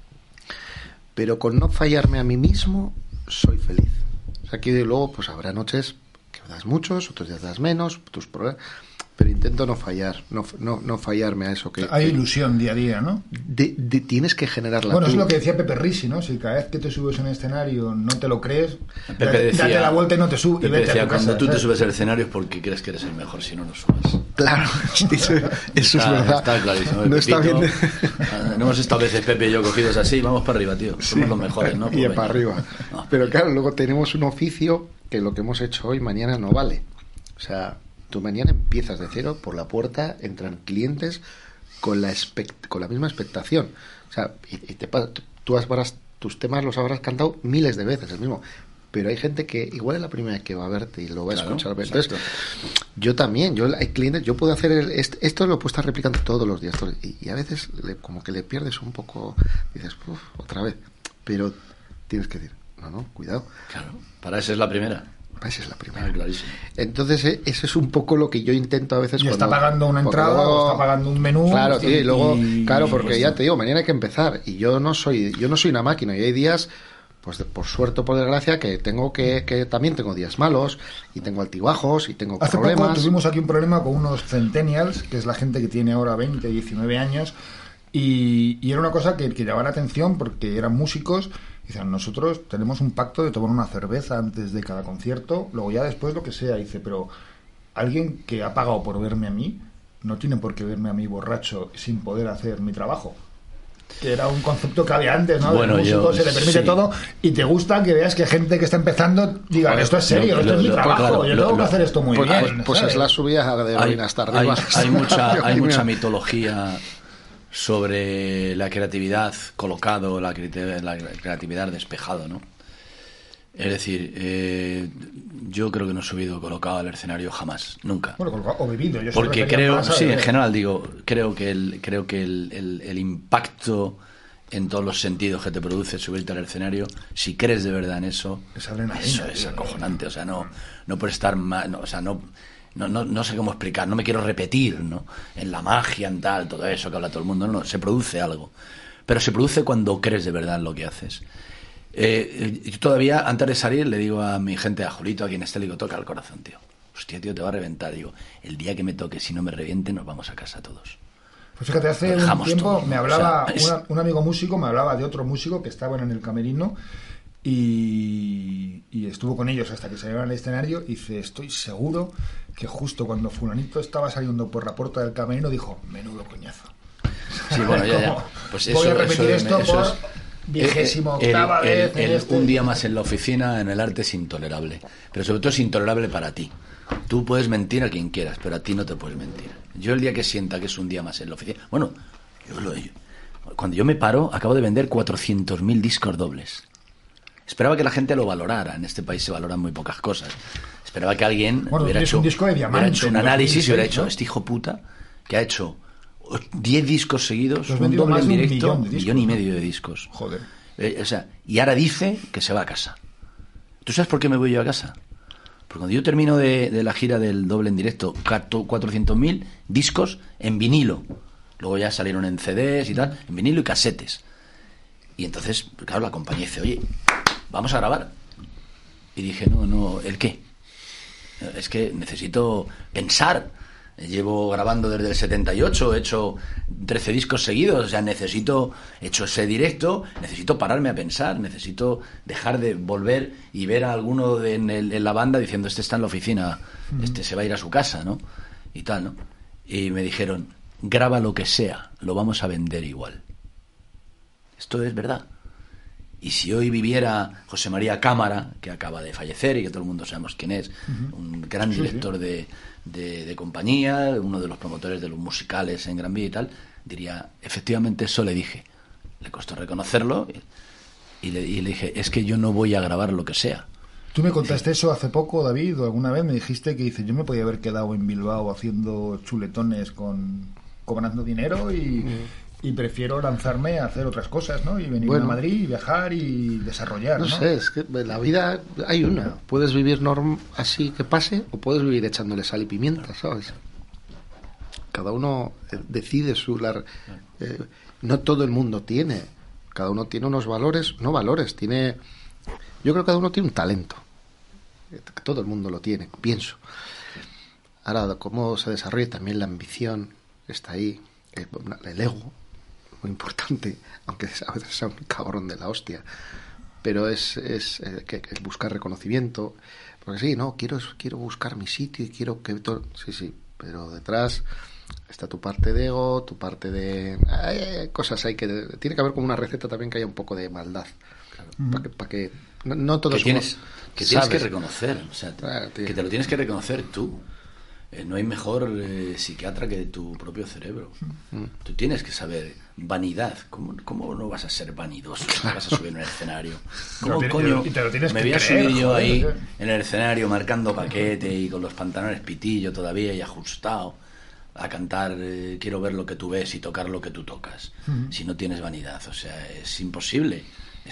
Pero con no fallarme a mí mismo, soy feliz. O sea, que luego pues habrá noches que das muchos, otros días das menos, tus problemas, pero intento no fallar, no fallarme a eso. Hay ilusión día a día, ¿no? Tienes que generarla. Bueno, tú. es lo que decía Pepe Risi, ¿no? Si cada vez que te subes en el escenario no te lo crees, Pepe decía, date la vuelta y no te subes. Pepe decía, cuando tú ¿sabes? te subes al escenario es porque crees que eres el mejor, si no, no subes. Claro, eso es verdad. Está clarísimo. No está bien. No hemos estado a veces Pepe y yo cogidos así, vamos para arriba, tío. Somos los mejores, ¿no? Y para arriba. No, pero claro, luego tenemos un oficio que lo que hemos hecho hoy, mañana no vale. O sea, tú mañana empiezas de cero, por la puerta entran clientes con la misma expectación. O sea, tus temas los habrás cantado miles de veces, el mismo. Pero hay gente que igual es la primera vez que va a verte y lo va a escuchar. Entonces, yo también, hay clientes, yo puedo hacer esto lo puedo estar replicando todos los días. Y a veces como que le pierdes un poco, dices, otra vez. Pero tienes que decir, no, cuidado. Claro, para eso es la primera. Esa es la primera. Clarísimo. Entonces, eso es un poco lo que yo intento a veces. Y está pagando una entrada, luego, o está pagando un menú. Claro, tío, y luego, claro, porque pues, ya te digo, mañana hay que empezar. Y yo no soy una máquina. Y hay días, pues por suerte o por desgracia, que tengo que también tengo días malos, y tengo altibajos, y tengo problemas. Hace poco tuvimos aquí un problema con unos centennials, que es la gente que tiene ahora 20, 19 años, y era una cosa que llamaba la atención porque eran músicos. Dicen, nosotros tenemos un pacto de tomar una cerveza antes de cada concierto, luego ya después lo que sea. Dice, pero alguien que ha pagado por verme a mí no tiene por qué verme a mí borracho sin poder hacer mi trabajo. Que era un concepto que había antes, ¿no? Bueno, el músico se le permite todo, y te gusta que veas que gente que está empezando diga, esto es serio, esto es mi trabajo, yo tengo que hacer esto muy bien. Pues es la subida de heroína hasta arriba. Hay mucha mitología sobre la creatividad colocado, la creatividad despejado, ¿no? Es decir, yo creo que no he subido colocado al escenario jamás, nunca. Bueno, o vivido. Yo porque creo, en general digo, creo que el impacto en todos los sentidos que te produce subirte al escenario, si crees de verdad en eso, eso es acojonante. O sea, no por estar mal, o sea, no sé cómo explicar, no me quiero repetir, ¿no? En la magia, en tal, todo eso que habla todo el mundo, no, se produce algo. Pero se produce cuando crees de verdad en lo que haces. Yo todavía, antes de salir, le digo a mi gente, a Julito, a quien esté, le digo, toca el corazón, tío. Hostia, tío, te va a reventar. Digo, el día que me toque, si no me reviente, nos vamos a casa todos. Pues fíjate, hace un tiempo me hablaba, un amigo músico me hablaba de otro músico que estaba en el camerino y estuvo con ellos hasta que salieron al escenario, y dice, estoy seguro que justo cuando fulanito estaba saliendo por la puerta del camerino dijo, menudo coñazo. Sí, bueno, ya. Pues voy a repetir esto por 28ª vez. Un día más en la oficina, en el arte, es intolerable. Pero sobre todo es intolerable para ti. Tú puedes mentir a quien quieras, pero a ti no te puedes mentir. Yo el día que sienta que es un día más en la oficina... Bueno, cuando yo me paro, acabo de vender 400.000 discos dobles. Esperaba que la gente lo valorara. En este país se valoran muy pocas cosas. Esperaba que alguien hubiera hecho un análisis y hubiera hecho, este hijo puta, que ha hecho 10 discos seguidos, un doble en directo, 1,5 millones de discos. Joder. O sea, y ahora dice que se va a casa. ¿Tú sabes por qué me voy yo a casa? Porque cuando yo termino de la gira del doble en directo, 400.000 discos en vinilo. Luego ya salieron en CDs y tal, en vinilo y casetes. Y entonces, claro, la compañía dice, oye, vamos a grabar. Y dije, no, ¿el qué? Es que necesito pensar. Llevo grabando desde el 78, he hecho 13 discos seguidos, o sea, he hecho ese directo, necesito pararme a pensar, necesito dejar de volver y ver a alguno en la banda diciendo, este está en la oficina, este se va a ir a su casa, ¿no? Y tal, ¿no? Y me dijeron, graba lo que sea, lo vamos a vender igual. Esto es verdad. Y si hoy viviera José María Cámara, que acaba de fallecer y que todo el mundo sabemos quién es, un gran director de compañía, uno de los promotores de los musicales en Gran Vía y tal, diría, efectivamente eso le dije. Le costó reconocerlo y le dije, es que yo no voy a grabar lo que sea. Tú me contaste eso hace poco, David, o alguna vez me dijiste que yo me podía haber quedado en Bilbao haciendo chuletones cobrando dinero y prefiero lanzarme a hacer otras cosas, ¿no? Y venir a Madrid y viajar y desarrollar, ¿no? No sé, es que la vida hay una. Puedes vivir así que pase, o puedes vivir echándole sal y pimienta, ¿sabes? Cada uno decide no todo el mundo tiene. Cada uno tiene unos valores, no valores, tiene... Yo creo que cada uno tiene un talento. Todo el mundo lo tiene, pienso. Ahora, cómo se desarrolla también la ambición, está ahí, el ego, muy importante, aunque a veces sea un cabrón de la hostia, pero es que buscar reconocimiento, porque sí, no, quiero buscar mi sitio y quiero que todo, sí, pero detrás está tu parte de ego, tu parte de hay cosas ahí que tiene que haber como una receta también que haya un poco de maldad, claro. para que no todos tienes que reconocer, o sea, que te lo tienes que reconocer tú. No hay mejor psiquiatra que tu propio cerebro. Tú tienes que saber vanidad. ¿Cómo no vas a ser vanidoso? ¿Cómo vas a subir en el escenario? ¿Cómo coño me voy a subir yo ahí en el escenario marcando paquete y con los pantalones pitillo todavía y ajustado a cantar quiero ver lo que tú ves y tocar lo que tú tocas? Si no tienes vanidad, o sea, es imposible.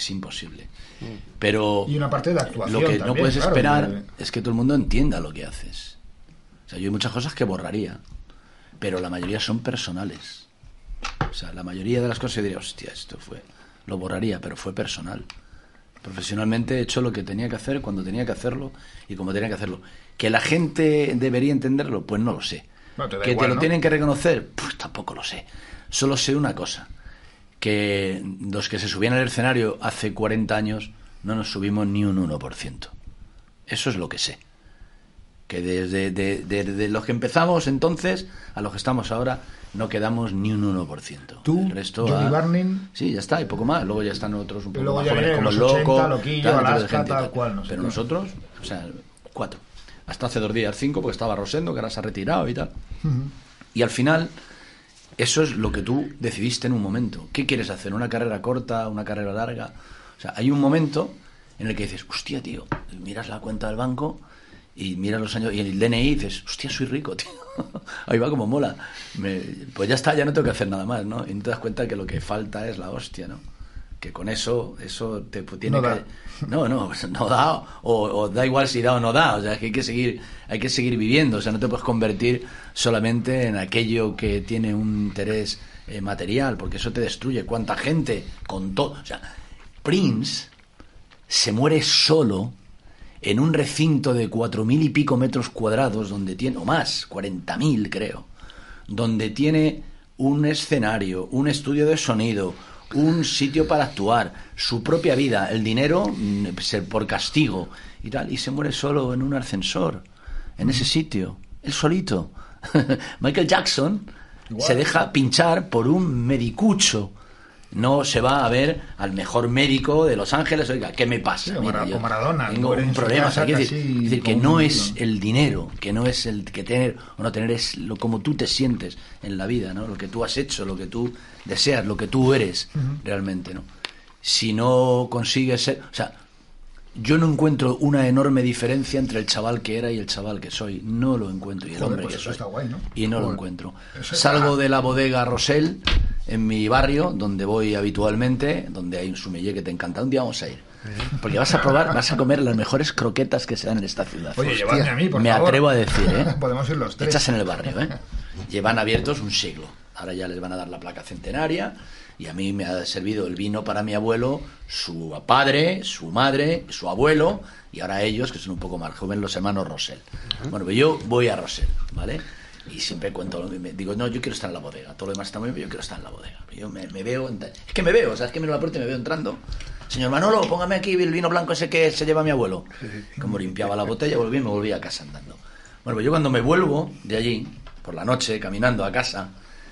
Pero y una parte de actuación lo que también, no puedes claro, esperar es que todo el mundo entienda lo que haces. O sea, yo hay muchas cosas que borraría, pero la mayoría son personales. O sea, la mayoría de las cosas yo diría, hostia, lo borraría, pero fue personal. Profesionalmente he hecho lo que tenía que hacer, cuando tenía que hacerlo y como tenía que hacerlo. ¿Que la gente debería entenderlo? Pues no lo sé. No, ¿Que igual, te lo ¿no? tienen que reconocer? Pues tampoco lo sé. Solo sé una cosa, que los que se subían al escenario hace 40 años no nos subimos ni un 1%. Eso es lo que sé. Que desde los que empezamos entonces a los que estamos ahora no quedamos ni un 1%. Tú, el resto Johnny Barney... Sí, ya está, y poco más. Luego ya están otros un poco luego más ya jóvenes, como el los 80, Loco, Loquillo, Alaska, tal cual, no sé pero qué. nosotros, o sea, 4. Hasta hace 2 días 5, porque estaba Rosendo, que ahora se ha retirado y tal. Y al final, eso es lo que tú decidiste en un momento. ¿Qué quieres hacer? ¿Una carrera corta? ¿Una carrera larga? O sea, hay un momento en el que dices, hostia, tío, miras la cuenta del banco y miras los años y el DNI y dices, hostia, soy rico, tío. Ahí va como mola. Pues ya está, ya no tengo que hacer nada más, ¿no? Y no te das cuenta que lo que falta es la hostia, ¿no? Que con eso te tiene no que... da. No da, o da igual si da o no da, o sea, que hay que seguir viviendo, o sea, no te puedes convertir solamente en aquello que tiene un interés material, porque eso te destruye. ¿Cuánta gente con todo? O sea, Prince se muere solo en un recinto de 4.000 y pico metros cuadrados, donde tiene, o más, 40.000 creo, donde tiene un escenario, un estudio de sonido, un sitio para actuar, su propia vida, el dinero por castigo y tal, y se muere solo en un ascensor, en ese sitio, él solito. Michael Jackson se deja pinchar por un medicucho. No se va a ver al mejor médico de Los Ángeles. Oiga, ¿qué me pasa? Sí, Mira, yo Maradona, tengo un problema. casa, Es decir, que no es ¿no? el dinero, que no es el que tener o no tener, es como tú te sientes en la vida, ¿no? Lo que tú has hecho, lo que tú deseas, lo que tú eres realmente, ¿no? Si no consigues ser... O sea, yo no encuentro una enorme diferencia entre el chaval que era y el chaval que soy. No lo encuentro. Y el hombre pues que eso soy. está guay, ¿no? Y no lo Joder. encuentro. Eso Salgo de la bodega Rosell, en mi barrio, donde voy habitualmente, donde hay un sumiller que te encanta. Un día vamos a ir. Porque vas a comer las mejores croquetas que se dan en esta ciudad. Oye, llevadme a mí, por Me favor. atrevo a decir, ¿eh? Podemos ir los tres. Hechas en el barrio, ¿eh? Llevan abiertos un siglo. Ahora ya les van a dar la placa centenaria. Y a mí me ha servido el vino para mi abuelo, su padre, su madre, su abuelo, y ahora ellos, que son un poco más jóvenes, los hermanos Rosell. Bueno, pues yo voy a Rosell, ¿vale? Y siempre cuento, digo, no, yo quiero estar en la bodega. Todo lo demás está muy bien, pero yo quiero estar en la bodega. Yo me veo, es que me veo, o sea, es que miro la puerta y me veo entrando. Señor Manolo, póngame aquí el vino blanco ese que se lleva mi abuelo. Como limpiaba la botella, volví y me volví a casa andando. Bueno, pues yo cuando me vuelvo de allí, por la noche, caminando a casa,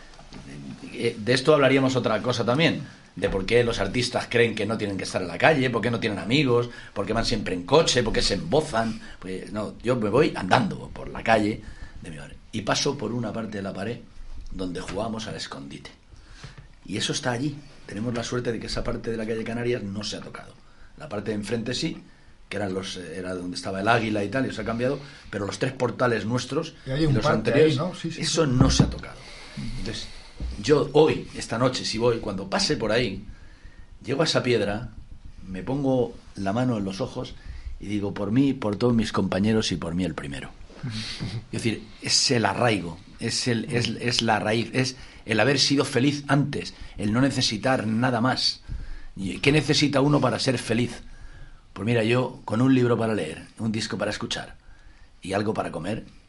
de esto hablaríamos otra cosa también, de por qué los artistas creen que no tienen que estar en la calle, por qué no tienen amigos, por qué van siempre en coche, por qué se embozan. Pues no, yo me voy andando por la calle de mi barrio y paso por una parte de la pared donde jugábamos al escondite. Y eso está allí. Tenemos la suerte de que esa parte de la calle Canarias no se ha tocado. La parte de enfrente sí, que era donde estaba el águila y tal, y se ha cambiado, pero los 3 portales nuestros Y hay y un los parque anteriores, ahí, ¿no? Sí, eso no se ha tocado. Entonces, yo hoy, esta noche, si voy, cuando pase por ahí, llego a esa piedra, me pongo la mano en los ojos y digo, por mí, por todos mis compañeros y por mí el primero. Es decir, es el arraigo, es la raíz, es el haber sido feliz antes, el no necesitar nada más. ¿Qué necesita uno para ser feliz? Pues mira, yo con un libro para leer, un disco para escuchar y algo para comer,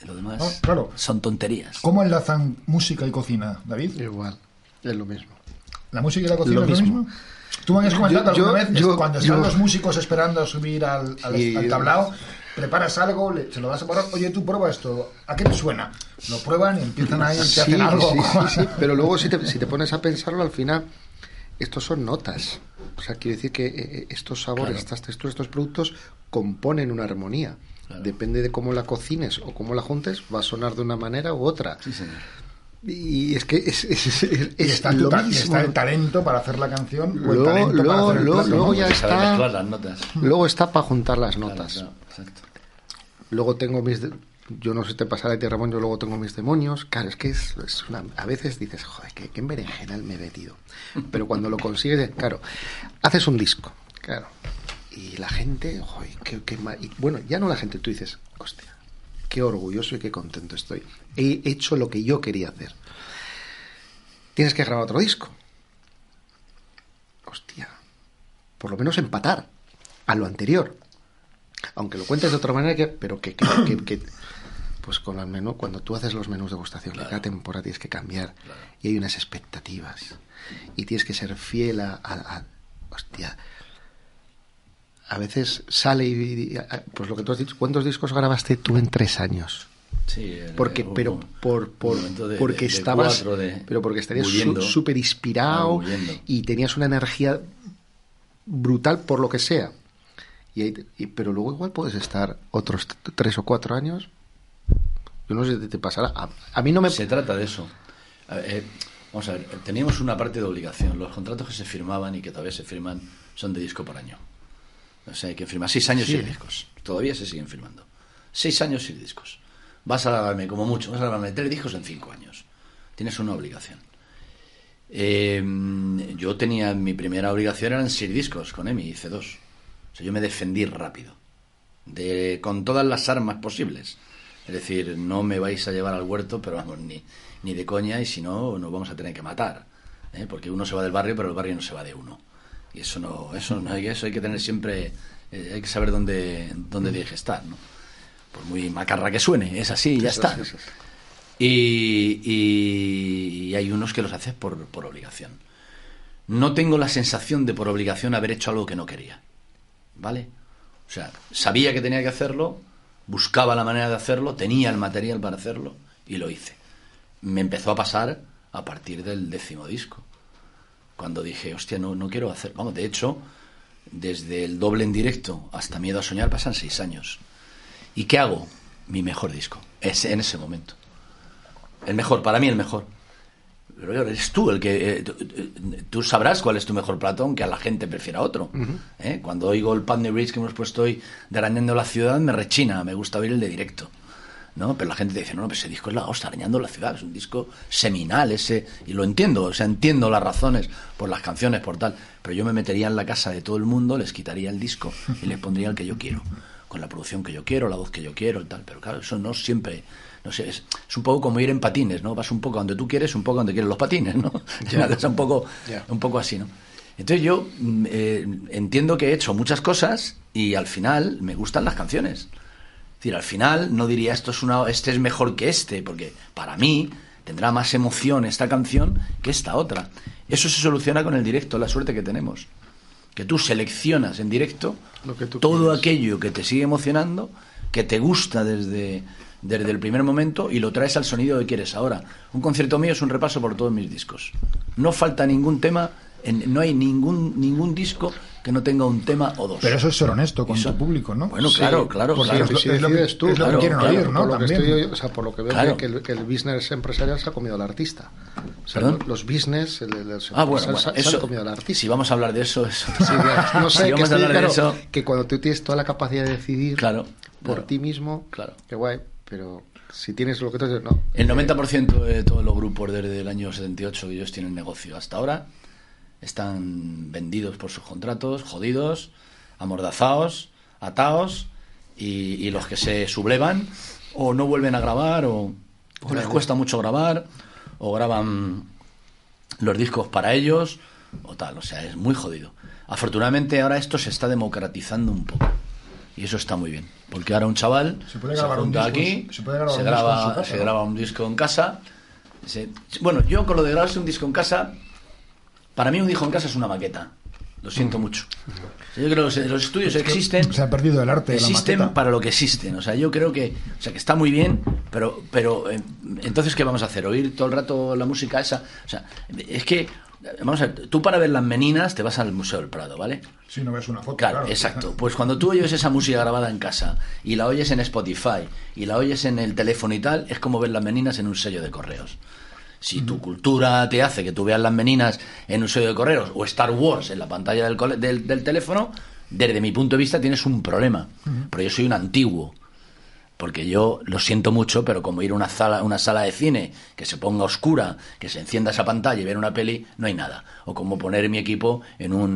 Lo demás claro. son tonterías. ¿Cómo enlazan música y cocina, David? Igual, es lo mismo. ¿La música y la cocina es lo mismo? Tú me habías comentado alguna vez, cuando están los músicos esperando a subir al tablao, preparas algo, se lo vas a poner, oye, tú prueba esto, ¿a qué te suena? Lo prueban y empiezan ahí y te hacen algo. Sí, pero luego si te pones a pensarlo, al final, estos son notas. O sea, quiere decir que estos sabores, estas texturas, estos productos componen una armonía. Claro. Depende de cómo la cocines o cómo la juntes, va a sonar de una manera u otra. Sí, señor. Y es que es está lo mismo. mismo. Está el talento para hacer la canción, luego ya está. Las notas. Luego está para juntar las notas. Claro, exacto. Luego tengo yo no sé si te pasará a ti, Ramón, yo luego tengo mis demonios. Claro, es que a veces dices, joder, qué en berenjenal me he metido. Pero cuando lo consigues, claro, haces un disco, claro, y la gente, joder, bueno, ya no la gente, tú dices, hostia, qué orgulloso y qué contento estoy. He hecho lo que yo quería hacer. Tienes que grabar otro disco. Hostia, por lo menos empatar a lo anterior. Aunque lo cuentes de otra manera, pero que pues con el menú, cuando tú haces los menús de degustación, claro, cada temporada tienes que cambiar, claro, y hay unas expectativas y tienes que ser fiel a hostia, a veces sale pues lo que tú has dicho. ¿Cuántos discos grabaste tú en 3 años? Sí, porque estabas porque estarías súper inspirado y tenías una energía brutal por lo que sea. Pero luego igual puedes estar otros 3 o 4 años. Yo no sé si te pasará. A mí no me... Se trata de eso. Vamos a ver, teníamos una parte de obligación. Los contratos que se firmaban y que todavía se firman son de disco por año. O sea, hay que firmar 6 años, 6 discos. Todavía se siguen firmando. 6 años, 6 discos. Vas a grabarme, como mucho, vas a grabarme 3 discos en 5 años. Tienes una obligación. Yo tenía, mi primera obligación eran 6 discos con EMI, hice 2. O sea, yo me defendí rápido, con todas las armas posibles. Es decir, no me vais a llevar al huerto, pero vamos, ni de coña, y si no, nos vamos a tener que matar. Porque uno se va del barrio, pero el barrio no se va de uno. Y eso hay que tener siempre, hay que saber dónde tiene que estar, ¿no? Por muy macarra que suene, es así y ya está. Y hay unos que los haces por obligación. No tengo la sensación de por obligación haber hecho algo que no quería. ¿Vale? O sea, sabía que tenía que hacerlo, buscaba la manera de hacerlo, tenía el material para hacerlo y lo hice. Me empezó a pasar a partir del 10º disco, cuando dije, hostia, no quiero hacer... Vamos, de hecho, desde el doble en directo hasta Miedo a Soñar pasan 6 años. ¿Y qué hago? Mi mejor disco, en ese momento. El mejor, para mí el mejor. Pero eres tú el que... tú sabrás cuál es tu mejor plato, aunque a la gente prefiera otro. Uh-huh. Cuando oigo el Putney Bridge que hemos puesto hoy de Arañando la Ciudad, me rechina, me gusta oír el de directo, ¿no? Pero la gente te dice, no, pues ese disco es la hostia, Arañando la Ciudad, es un disco seminal, y lo entiendo, o sea, entiendo las razones por las canciones, por tal, pero yo me metería en la casa de todo el mundo, les quitaría el disco y les pondría el que yo quiero, con la producción que yo quiero, la voz que yo quiero, tal, pero claro, eso no siempre... No sé, es un poco como ir en patines, ¿no? Vas un poco donde tú quieres, un poco donde quieren los patines, ¿no? Es un poco así, ¿no? Entonces yo entiendo que he hecho muchas cosas y al final me gustan las canciones. Es decir, al final no diría este es mejor que este, porque para mí tendrá más emoción esta canción que esta otra. Eso se soluciona con el directo, la suerte que tenemos. Que tú seleccionas en directo todo quieres. Aquello que te sigue emocionando, que te gusta desde el primer momento y lo traes al sonido que quieres ahora. Un concierto mío es un repaso por todos mis discos. No falta ningún tema, no hay ningún disco que no tenga un tema o dos. Pero eso es ser honesto con tu público, ¿no? Bueno, claro. Es lo que quieren oír, ¿no? Por lo que estoy, por lo que veo que el business empresarial se ha comido al artista. O sea, los business se han comido al artista. Si vamos a hablar de eso, no sé, si vamos a hablar de eso, que cuando tú tienes toda la capacidad de decidir por ti mismo, qué guay. Pero si tienes lo que tú dices, no. El 90% de todos los grupos desde el año 78 que ellos tienen negocio hasta ahora están vendidos por sus contratos, jodidos, amordazados, atados, y los que se sublevan o no vuelven a grabar o les cuesta mucho grabar o graban los discos para ellos o tal. O sea, es muy jodido. Afortunadamente ahora esto se está democratizando un poco. Y eso está muy bien, porque ahora un chaval se junta aquí, se graba un disco en casa. Bueno, yo con lo de grabarse un disco en casa, para mí un disco en casa es una maqueta. Lo siento mucho. Yo creo que los estudios existen. Se ha perdido el arte de la existen maqueta. para lo que existen. O sea, yo creo que está muy bien, pero entonces ¿qué vamos a hacer? ¿Oír todo el rato la música esa? O sea, es que vamos a ver, tú para ver las Meninas te vas al Museo del Prado, ¿vale? Si no ves una foto. Claro, exacto. Pues cuando tú oyes esa música grabada en casa y la oyes en Spotify y la oyes en el teléfono y tal, es como ver las Meninas en un sello de correos. Si tu cultura te hace que tú veas las Meninas en un sello de correos o Star Wars en la pantalla del teléfono, desde mi punto de vista tienes un problema. Pero yo soy un antiguo. Porque yo lo siento mucho, pero como ir a una sala de cine que se ponga oscura, que se encienda esa pantalla y ver una peli, no hay nada. O como poner mi equipo en un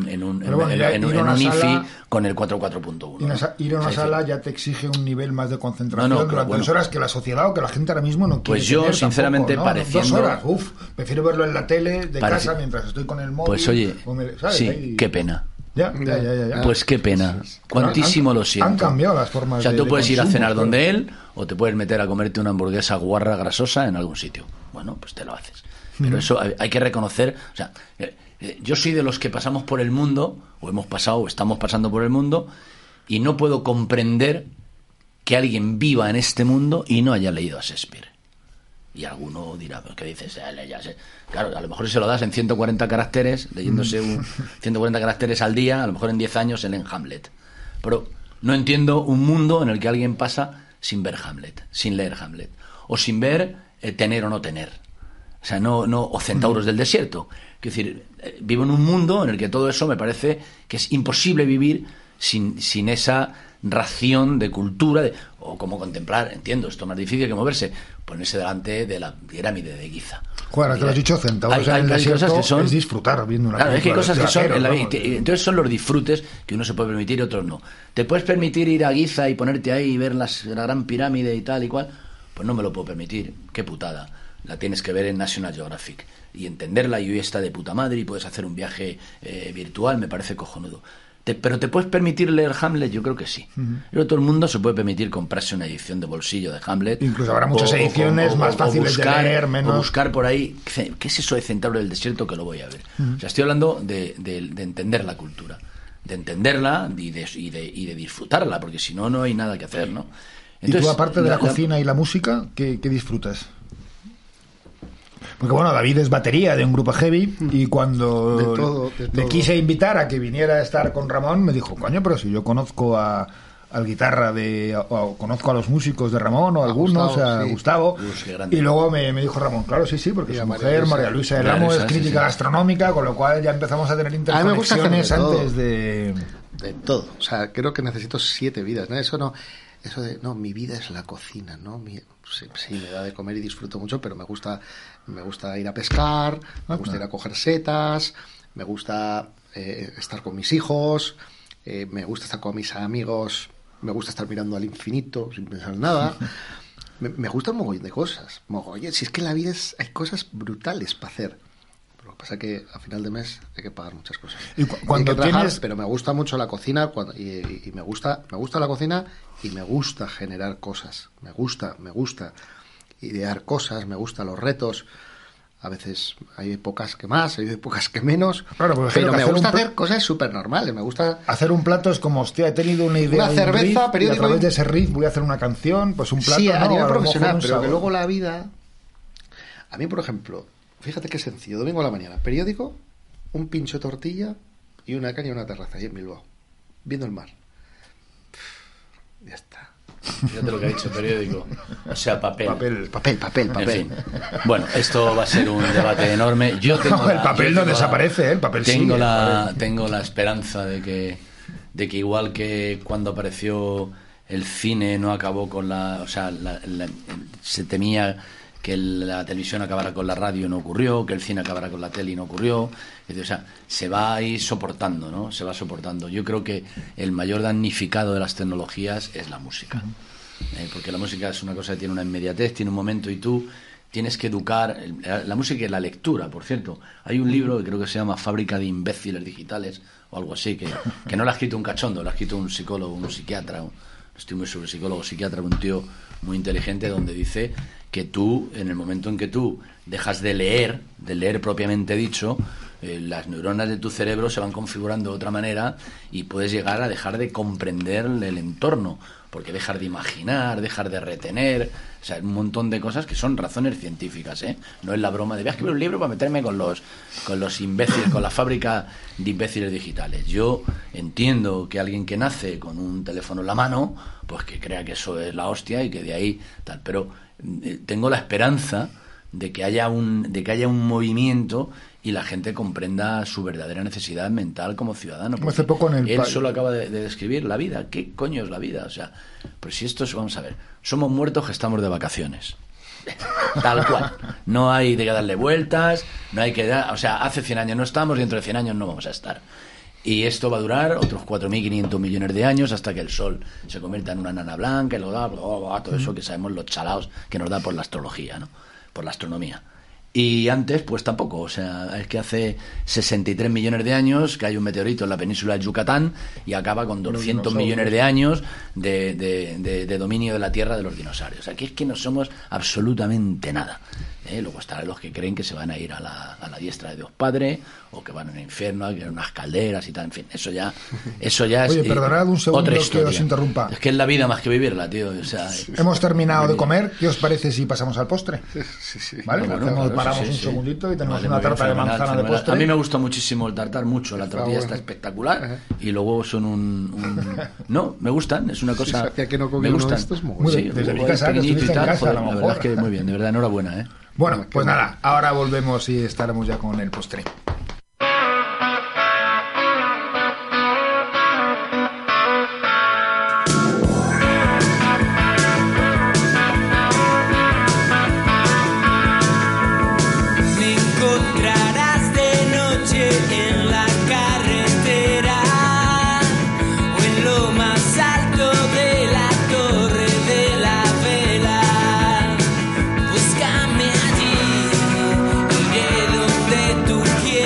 IFI con el 4.4.1. Ir a una sala ya te exige un nivel más de concentración durante 2 horas que la sociedad o que la gente ahora mismo no quiere. Pues yo, sinceramente, tampoco, ¿no? pareciendo... 2 horas, prefiero verlo en la tele de casa mientras estoy con el móvil. Pues oye, ¿sabes? Sí, qué pena. Ya. Pues qué pena. Cuantísimo lo siento. Han cambiado las formas de tú puedes ir a cenar consumo, donde él o te puedes meter a comerte una hamburguesa guarra grasosa en algún sitio. Bueno, pues te lo haces. Pero eso hay que reconocer. O sea, yo soy de los que pasamos por el mundo, o hemos pasado, o estamos pasando por el mundo, y no puedo comprender que alguien viva en este mundo y no haya leído a Shakespeare. Y alguno dirá, pues, ¿qué dices? Ya sé. Claro, a lo mejor se lo das en 140 caracteres, leyéndose 140 caracteres al día, a lo mejor en 10 años se leen Hamlet. Pero no entiendo un mundo en el que alguien pasa sin ver Hamlet, sin leer Hamlet, o sin ver Tener o no tener. O sea, o Centauros del desierto. Es decir, vivo en un mundo en el que todo eso me parece que es imposible vivir sin esa ración de cultura, o como contemplar, entiendo, esto es más difícil que moverse, ponerse delante de la pirámide de Giza. Joder, que lo has dicho, Centauros en el desierto es disfrutar viendo una película. Es que hay cosas que son en la vida, entonces son los disfrutes que uno se puede permitir y otros no. ¿Te puedes permitir ir a Giza y ponerte ahí y ver la gran pirámide y tal y cual? Pues no me lo puedo permitir, qué putada. La tienes que ver en National Geographic y entenderla, y hoy está de puta madre y puedes hacer un viaje virtual, me parece cojonudo. Pero ¿te puedes permitir leer Hamlet? Yo creo que sí. Todo el mundo se puede permitir comprarse una edición de bolsillo de Hamlet. Incluso habrá muchas ediciones más fáciles de leer, menos... O buscar por ahí, ¿qué es eso de Centauro del Desierto? Que lo voy a ver. O sea, estoy hablando de entender la cultura, de entenderla y de disfrutarla, porque si no, no hay nada que hacer, ¿no? Entonces, ¿y tú, aparte de la cocina y la música, qué disfrutas? Porque bueno, David es batería de un grupo heavy, y cuando de todo. le quise invitar a que viniera a estar con Ramón, me dijo, coño, pero si yo conozco al guitarra o conozco a los músicos de Ramón o algunos, Gustavo. Y luego me dijo Ramón, claro, sí, porque su mujer, María Luisa del Amo, es crítica gastronómica, con lo cual ya empezamos a tener interconexiones antes de todo. O sea, creo que necesito 7 vidas, ¿no? Eso de mi vida es la cocina, ¿no? Sí, me da de comer y disfruto mucho, pero me gusta ir a pescar, me gusta ir a coger setas, me gusta estar con mis hijos, me gusta estar con mis amigos, me gusta estar mirando al infinito sin pensar en nada. Me gusta un mogollón de cosas. Si es que en la vida hay cosas brutales para hacer. Lo que pasa es que a final de mes hay que pagar muchas cosas. Y cuando pero me gusta mucho la cocina y me gusta la cocina y me gusta generar cosas. Me gusta idear cosas, me gustan los retos. A veces hay épocas que más, hay épocas que menos. Claro, pero me gusta hacer cosas súper normales. Me gusta hacer un plato. Es como, hostia, he tenido una idea, una cerveza, riff, y a través de ese riff voy a hacer una canción, pues un plato. Sí, a nivel profesional, pero sabor. que luego la vida. A mí, por ejemplo, fíjate qué sencillo. Domingo a la mañana, periódico, un pincho de tortilla y una caña y una terraza ahí en Bilbao, viendo el mar. Ya está. Fíjate lo que ha dicho, periódico. O sea, papel. Papel. En fin. Bueno, esto va a ser un debate enorme. Yo tengo el papel no desaparece, el papel tengo la esperanza de que igual que cuando apareció el cine no acabó con se temía que la televisión acabara con la radio, no ocurrió, que el cine acabara con la tele y no ocurrió. O sea, se va a ir soportando, ¿no? Se va soportando. Yo creo que el mayor damnificado de las tecnologías es la música. Porque la música es una cosa que tiene una inmediatez, tiene un momento, y tú tienes que educar, la música y la lectura, por cierto. Hay un libro que creo que se llama Fábrica de imbéciles digitales o algo así, que no lo ha escrito un cachondo, lo ha escrito un psicólogo, un psiquiatra, estoy muy sobre psicólogo, psiquiatra, un tío muy inteligente, donde dice que tú, en el momento en que tú dejas de leer propiamente dicho, las neuronas de tu cerebro se van configurando de otra manera y puedes llegar a dejar de comprender el entorno, porque dejar de imaginar, dejar de retener, o sea, un montón de cosas que son razones científicas, ¿eh? No es la broma de voy a escribir un libro para meterme con los imbéciles, con la fábrica de imbéciles digitales. Yo entiendo que alguien que nace con un teléfono en la mano, pues que crea que eso es la hostia y que de ahí tal, pero tengo la esperanza de que haya un movimiento y la gente comprenda su verdadera necesidad mental como ciudadano. Hace poco él solo acaba de describir la vida. ¿Qué coño es la vida? O sea, pues si esto es, vamos a ver, somos muertos que estamos de vacaciones. Tal cual. No hay de que darle vueltas, no hay que dar, o sea, hace 100 años no estamos y dentro de 100 años no vamos a estar. Y esto va a durar otros 4.500 millones de años hasta que el Sol se convierta en una nana blanca y todo eso que sabemos los chalaos que nos da por la astrología, ¿no? Por la astronomía. Y antes, pues tampoco. O sea, es que hace 63 millones de años que hay un meteorito en la península de Yucatán y acaba con 200 millones de años de dominio de la Tierra de los dinosaurios. Aquí es que no somos absolutamente nada. Luego estarán los que creen que se van a ir a la diestra de Dios Padre o que van al infierno, a que hay unas calderas y tal. En fin, eso ya es. Oye, perdonad un segundo otra historia. Que os interrumpa. Es que es la vida más que vivirla, tío. O sea, hemos terminado de comer. ¿Qué os parece si pasamos al postre? Sí. ¿Vale? Paramos un segundito y tenemos una tarta de manzana de postre. A mí me gusta muchísimo el tartar, mucho. La tortilla está espectacular y los huevos son No, me gustan. Es una cosa... que no me gustan. Desde mi casa, que estuviste en casa, la verdad es que muy bien. De verdad, enhorabuena, ¿eh? Bueno, pues nada, ahora volvemos y estaremos ya con el postre. Buscame allí, iré donde tú quieras.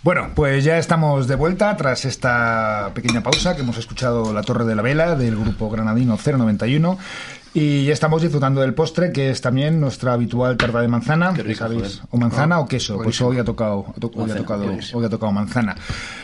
Bueno, pues ya estamos de vuelta tras esta pequeña pausa que hemos escuchado La Torre de la Vela del grupo granadino 091 y ya estamos disfrutando del postre que es también nuestra habitual tarta de manzana, Qué rico, ¿sabéis? joder. O manzana o queso, pues buenísimo. hoy ha tocado manzana.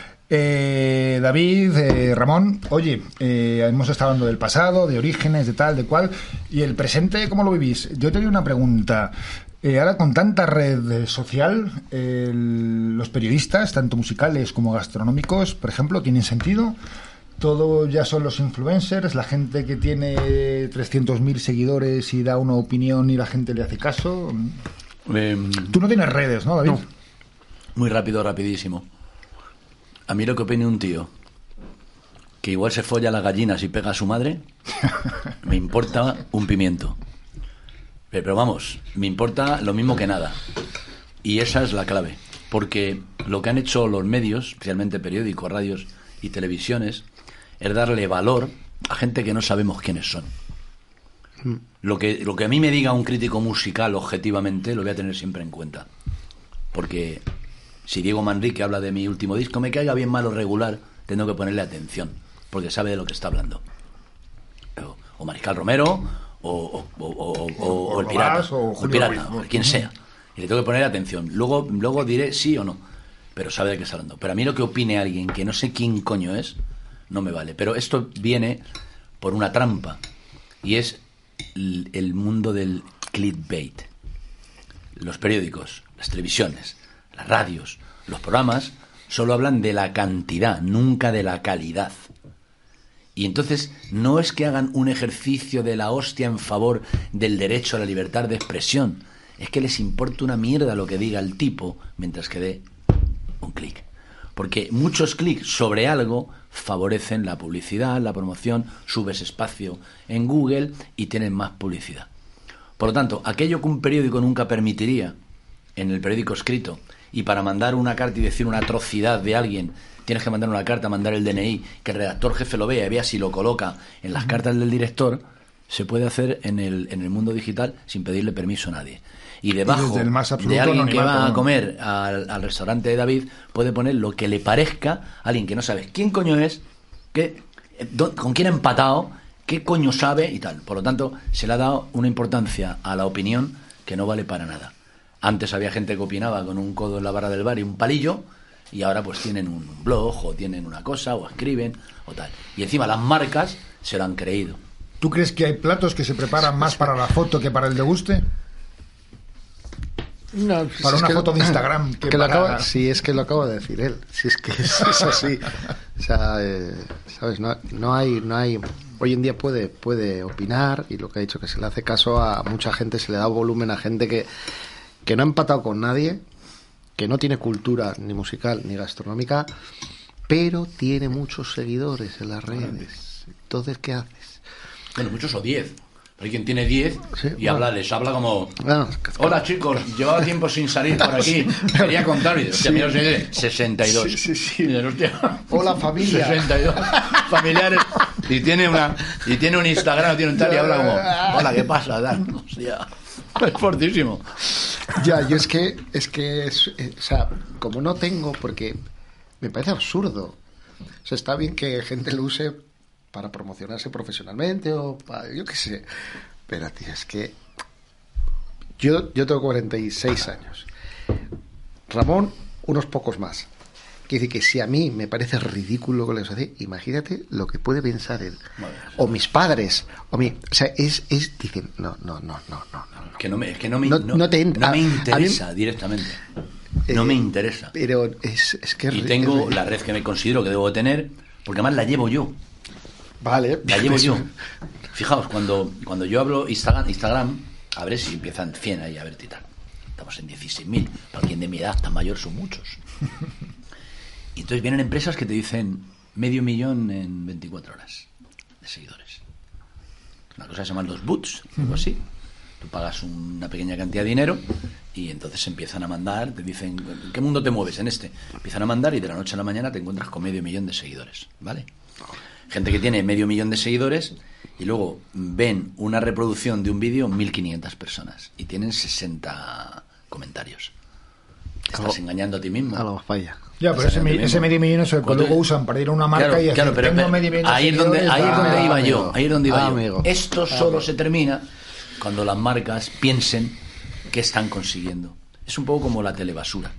David, Ramón, oye, hemos estado hablando del pasado, de orígenes, de tal, de cual, y el presente, ¿cómo lo vivís? Yo tenía una pregunta. Ahora con tanta red social, los periodistas, tanto musicales como gastronómicos, por ejemplo, ¿tienen sentido? Todo ya son los influencers, la gente que tiene 300.000 seguidores y da una opinión y la gente le hace caso. Tú no tienes redes, ¿no, David? No. Muy rápido, rapidísimo. A mí lo que opine un tío que igual se folla a las gallinas y pega a su madre, me importa un pimiento. Pero vamos, me importa lo mismo que nada. Y esa es la clave. Porque lo que han hecho los medios, especialmente periódicos, radios y televisiones, es darle valor a gente que no sabemos quiénes son. Lo que a mí me diga un crítico musical objetivamente, lo voy a tener siempre en cuenta. Porque si Diego Manrique habla de mi último disco, me caiga bien, mal o regular, tengo que ponerle atención, porque sabe de lo que está hablando. O Mariscal Romero, o el Pirata, o el Pirata, o quien sea. Y le tengo que poner atención. Luego diré sí o no, pero sabe de qué está hablando. Pero a mí lo que opine alguien que no sé quién coño es, no me vale. Pero esto viene por una trampa, y es el mundo del clickbait. Los periódicos, las televisiones, las radios, los programas solo hablan de la cantidad, nunca de la calidad. Y entonces no es que hagan un ejercicio de la hostia en favor del derecho a la libertad de expresión, es que les importa una mierda lo que diga el tipo mientras que dé un clic. Porque muchos clics sobre algo favorecen la publicidad, la promoción, subes espacio en Google y tienen más publicidad. Por lo tanto, aquello que un periódico nunca permitiría en el periódico escrito, y para mandar una carta y decir una atrocidad de alguien tienes que mandar una carta, mandar el DNI, que el redactor jefe lo vea y vea si lo coloca en las cartas del director, se puede hacer en el mundo digital sin pedirle permiso a nadie. Y debajo de alguien que va a comer al restaurante de David puede poner lo que le parezca a alguien que no sabes quién coño es, con quién ha empatado, qué coño sabe y tal. Por lo tanto, se le ha dado una importancia a la opinión que no vale para nada. Antes había gente que opinaba con un codo en la barra del bar y un palillo, y ahora pues tienen un blog o tienen una cosa o escriben o tal. Y encima las marcas se lo han creído. ¿Tú crees que hay platos que se preparan más para la foto que para el deguste? No, para una foto de Instagram que para... Sí, es que lo acaba de decir él. Si es que es así. O sea, ¿sabes? No hay... Hoy en día puede opinar, y lo que ha dicho, que se le hace caso a mucha gente, se le da volumen a gente que no ha empatado con nadie, que no tiene cultura ni musical ni gastronómica, pero tiene muchos seguidores en las redes. Entonces, ¿qué haces? Bueno, muchos o 10. Hay quien tiene 10 sí, y les habla como... Bueno, hola chicos, llevaba tiempo sin salir por aquí, quería contaros. Sí. 62. Sí. Y hostia, hola familia. 62 familiares. Y tiene un Instagram, tiene un tal y habla como... Hola, ¿qué pasa? Hostia, es fortísimo. Ya, yo es que o sea, como no tengo, porque me parece absurdo. O sea, está bien que gente lo use para promocionarse profesionalmente o para, yo qué sé, pero tío, es que yo tengo 46 años, Ramón unos pocos más. Quiere decir que si a mí me parece ridículo lo que les hace, imagínate lo que puede pensar él, o mis padres, o sea, dicen, no. Que no me interesa directamente. No me interesa. Pero es que... Y tengo la red que me considero que debo tener, porque además la llevo yo. Vale. La llevo yo. Fijaos, cuando yo hablo Instagram, a ver si empiezan 100 ahí, a ver, tal. Estamos en 16.000. Para quien de mi edad tan mayor son muchos. Y entonces vienen empresas que te dicen 500.000 en 24 horas de seguidores. Una cosa que se llaman los boots, algo así. Tú pagas una pequeña cantidad de dinero y entonces empiezan a mandar, te dicen, ¿en qué mundo te mueves? En este. Empiezan a mandar y de la noche a la mañana te encuentras con 500.000 de seguidores, ¿vale? Gente que tiene 500.000 de seguidores y luego ven una reproducción de un vídeo 1.500 personas y tienen 60 comentarios. estás engañando a ti mismo. Algo falla. Ya, pero ese medio millón es el que luego usan para ir a una marca y hacer, pero medio millón. ahí es donde iba yo. Amigo. Esto solo se termina cuando las marcas piensen qué están consiguiendo. Es un poco como la telebasura.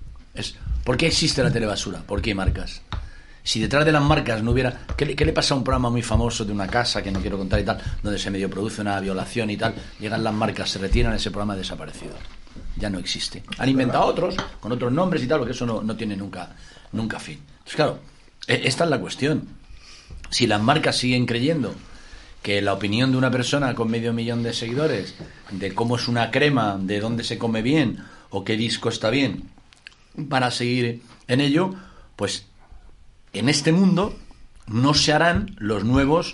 ¿Por qué existe la telebasura? ¿Por qué hay marcas? Si detrás de las marcas no hubiera... ¿Qué le pasa a un programa muy famoso de una casa que no quiero contar y tal, donde se medio produce una violación y tal? Llegan las marcas, se retiran, ese programa ha desaparecido. Ya no existe. Han inventado otros, con otros nombres y tal, porque eso no tiene nunca fin. Entonces, claro, esta es la cuestión. Si las marcas siguen creyendo que la opinión de una persona con 500.000 de seguidores, de cómo es una crema, de dónde se come bien, o qué disco está bien, van a seguir en ello, pues en este mundo no se harán los nuevos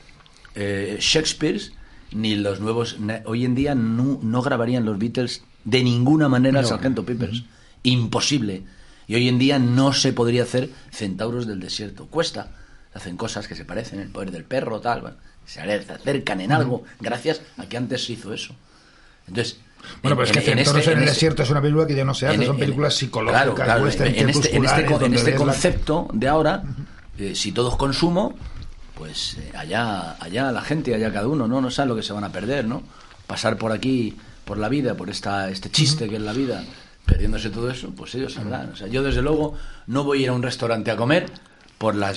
Shakespeares ni los nuevos... Hoy en día no grabarían los Beatles de ninguna manera el Sargento Pepper's. Imposible. Y hoy en día no se podría hacer Centauros del Desierto. Cuesta. Hacen cosas que se parecen, el poder del perro, tal. Bueno, se acercan en algo gracias a que antes se hizo eso. Entonces... Bueno, pero es que Centauros en el Desierto es una película que ya no se hace, son películas psicológicas. Claro, en este concepto de ahora, si todo es consumo, pues allá la gente, allá cada uno, no sabe lo que se van a perder, ¿no? Pasar por aquí, por la vida, por este chiste que es la vida, perdiéndose todo eso, pues ellos sabrán. O sea, yo desde luego no voy a ir a un restaurante a comer por la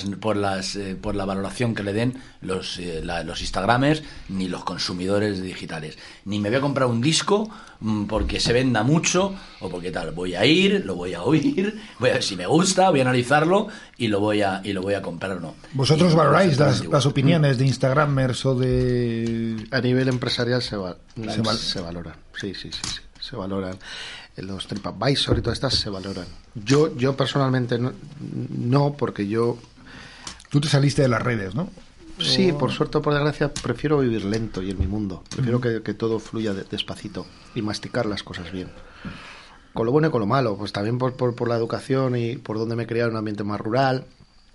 valoración que le den los Instagramers ni los consumidores digitales. Ni me voy a comprar un disco porque se venda mucho o porque tal. Voy a ir, lo voy a oír, voy a ver si me gusta, voy a analizarlo y lo voy a comprar o no. ¿Vosotros valoráis las opiniones de Instagramers o de...? A nivel empresarial se valoran. Sí, se valoran. Los TripAdvisor y todas estas se valoran. Yo personalmente no, porque yo... Tú te saliste de las redes, ¿no? Sí, por suerte o por desgracia, prefiero vivir lento y en mi mundo. Prefiero que todo fluya despacito y masticar las cosas bien. Con lo bueno y con lo malo, pues también por la educación y por donde me he criado en un ambiente más rural.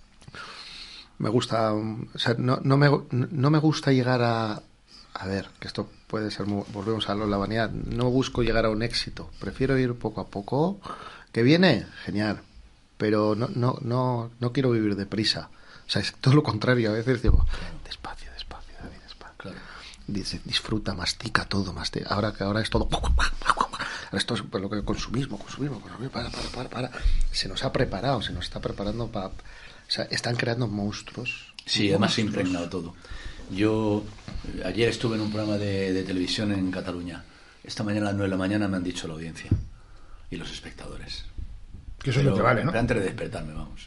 Me gusta... O sea, no me gusta llegar a ver, que esto puede ser, volvemos a la vanidad, no busco llegar a un éxito, prefiero ir poco a poco, que viene, genial, pero no quiero vivir deprisa, o sea, es todo lo contrario, a veces digo, despacio, David, despacio, claro. Dice, disfruta, mastica todo, ahora es todo, esto es lo que consumismo, para, se nos está preparando para, o sea, están creando monstruos. Sí, además se ha impregnado todo. Yo ayer estuve en un programa de televisión en Cataluña. Esta mañana a las 9 de la mañana me han dicho la audiencia y los espectadores. Que eso es lo que vale, ¿no? Pero antes de despertarme, vamos.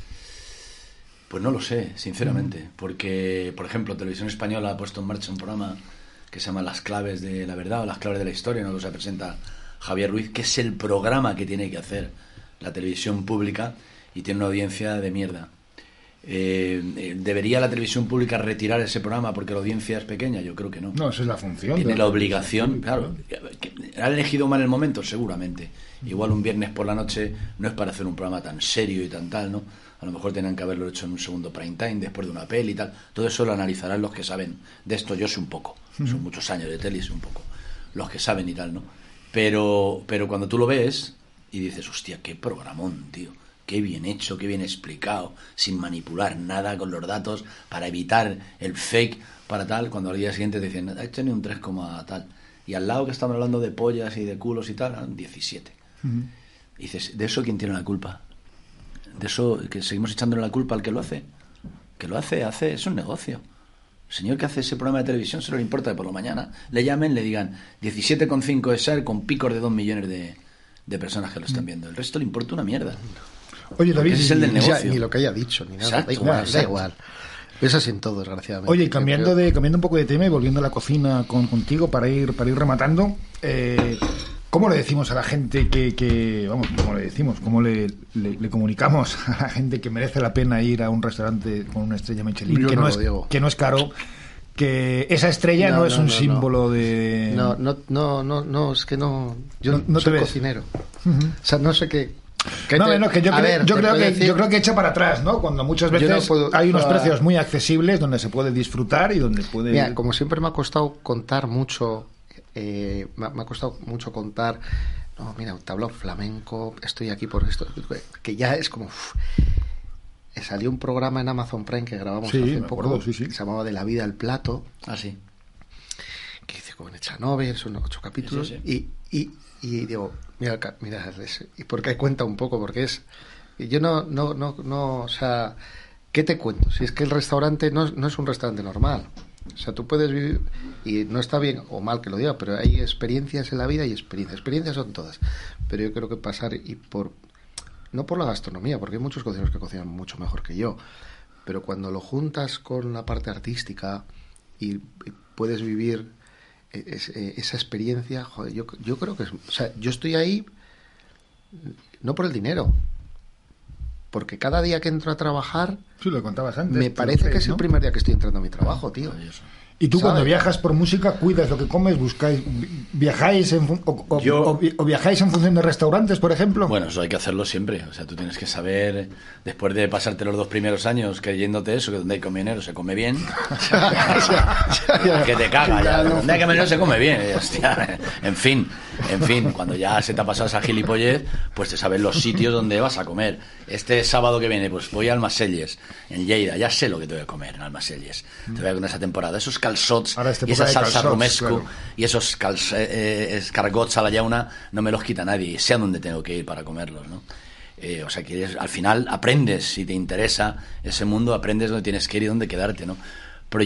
Pues no lo sé, sinceramente. Porque, por ejemplo, Televisión Española ha puesto en marcha un programa que se llama Las Claves de la Verdad o Las Claves de la Historia, ¿no? Que se presenta Javier Ruiz, que es el programa que tiene que hacer la televisión pública y tiene una audiencia de mierda. ¿Debería la televisión pública retirar ese programa porque la audiencia es pequeña? Yo creo que no. No, esa es la función. Tiene la obligación, claro. ¿Ha elegido mal el momento? Seguramente. Igual un viernes por la noche no es para hacer un programa tan serio y tan tal, ¿no? A lo mejor tenían que haberlo hecho en un segundo prime time, después de una peli y tal. Todo eso lo analizarán los que saben de esto. Yo sé un poco. Son muchos años de tele y sé un poco. Los que saben y tal, ¿no? Pero cuando tú lo ves y dices, hostia, qué programón, tío. Qué bien hecho, qué bien explicado, sin manipular nada con los datos, para evitar el fake, para tal, cuando al día siguiente te dicen, ha hecho ni un 3, tal. Y al lado que estamos hablando de pollas y de culos y tal, 17. Y dices, ¿de eso quién tiene la culpa? ¿De eso que seguimos echándole la culpa al que lo hace? Que lo hace, es un negocio. El señor que hace ese programa de televisión se le importa que por la mañana le llamen, le digan 17,5 de share con picos de 2 millones de personas que lo están viendo. El resto le importa una mierda. Oye, David, es el del negocio. Ni lo que haya dicho, ni nada. Exacto, da igual. Es así en todo, desgraciadamente. Oye, cambiando un poco de tema y volviendo a la cocina contigo para ir rematando, ¿cómo le decimos a la gente cómo le decimos, cómo le comunicamos a la gente que merece la pena ir a un restaurante con una estrella Michelin, que no es caro, que esa estrella no es un símbolo de... No, es que no... Yo no soy te ves. cocinero. O sea, no sé qué... yo creo que echa para atrás, ¿no? Cuando muchas veces hay unos precios muy accesibles donde se puede disfrutar y donde puede... Mira, como siempre me ha costado contar mucho, me ha costado mucho contar, no, mira, un tablao flamenco, estoy aquí por esto, que ya es como... Salió un programa en Amazon Prime que grabamos hace poco, que se llamaba De la vida al plato. Ah, sí. Que dice con Echanove, son 8 capítulos. Sí. Y digo, mira, y porque cuenta un poco, porque es... Yo no, o sea, ¿qué te cuento? Si es que el restaurante no es un restaurante normal. O sea, tú puedes vivir, y no está bien o mal que lo diga, pero hay experiencias en la vida y experiencias son todas. Pero yo creo que pasar no por la gastronomía, porque hay muchos cocineros que cocinan mucho mejor que yo, pero cuando lo juntas con la parte artística y puedes vivir esa experiencia, joder, yo creo que o sea, yo estoy ahí no por el dinero, porque cada día que entro a trabajar, sí, lo contabas antes, me parece que es el primer día que estoy entrando a mi trabajo, tío. Y tú, cuando viajas por música, cuidas lo que comes, viajáis o viajáis en función de restaurantes, por ejemplo. Bueno, eso hay que hacerlo siempre. O sea, tú tienes que saber, después de pasarte los 2 primeros años creyéndote eso, que donde hay dinero se come bien, que te caga ya. Donde hay dinero se come bien. Hostia. En fin, cuando ya se te ha pasado esa gilipollez, pues te sabes los sitios donde vas a comer. Este sábado que viene, pues voy a Almacelles, en Lleida. Ya sé lo que te voy a comer en Almacelles. Te voy a comer esa temporada. Esos calçots y esa salsa romesco, claro, y esos escargots a la llauna no me los quita nadie, sé a dónde tengo que ir para comerlos, ¿no? O sea que al final aprendes, si te interesa ese mundo, aprendes dónde tienes que ir y dónde quedarte, ¿no? Pero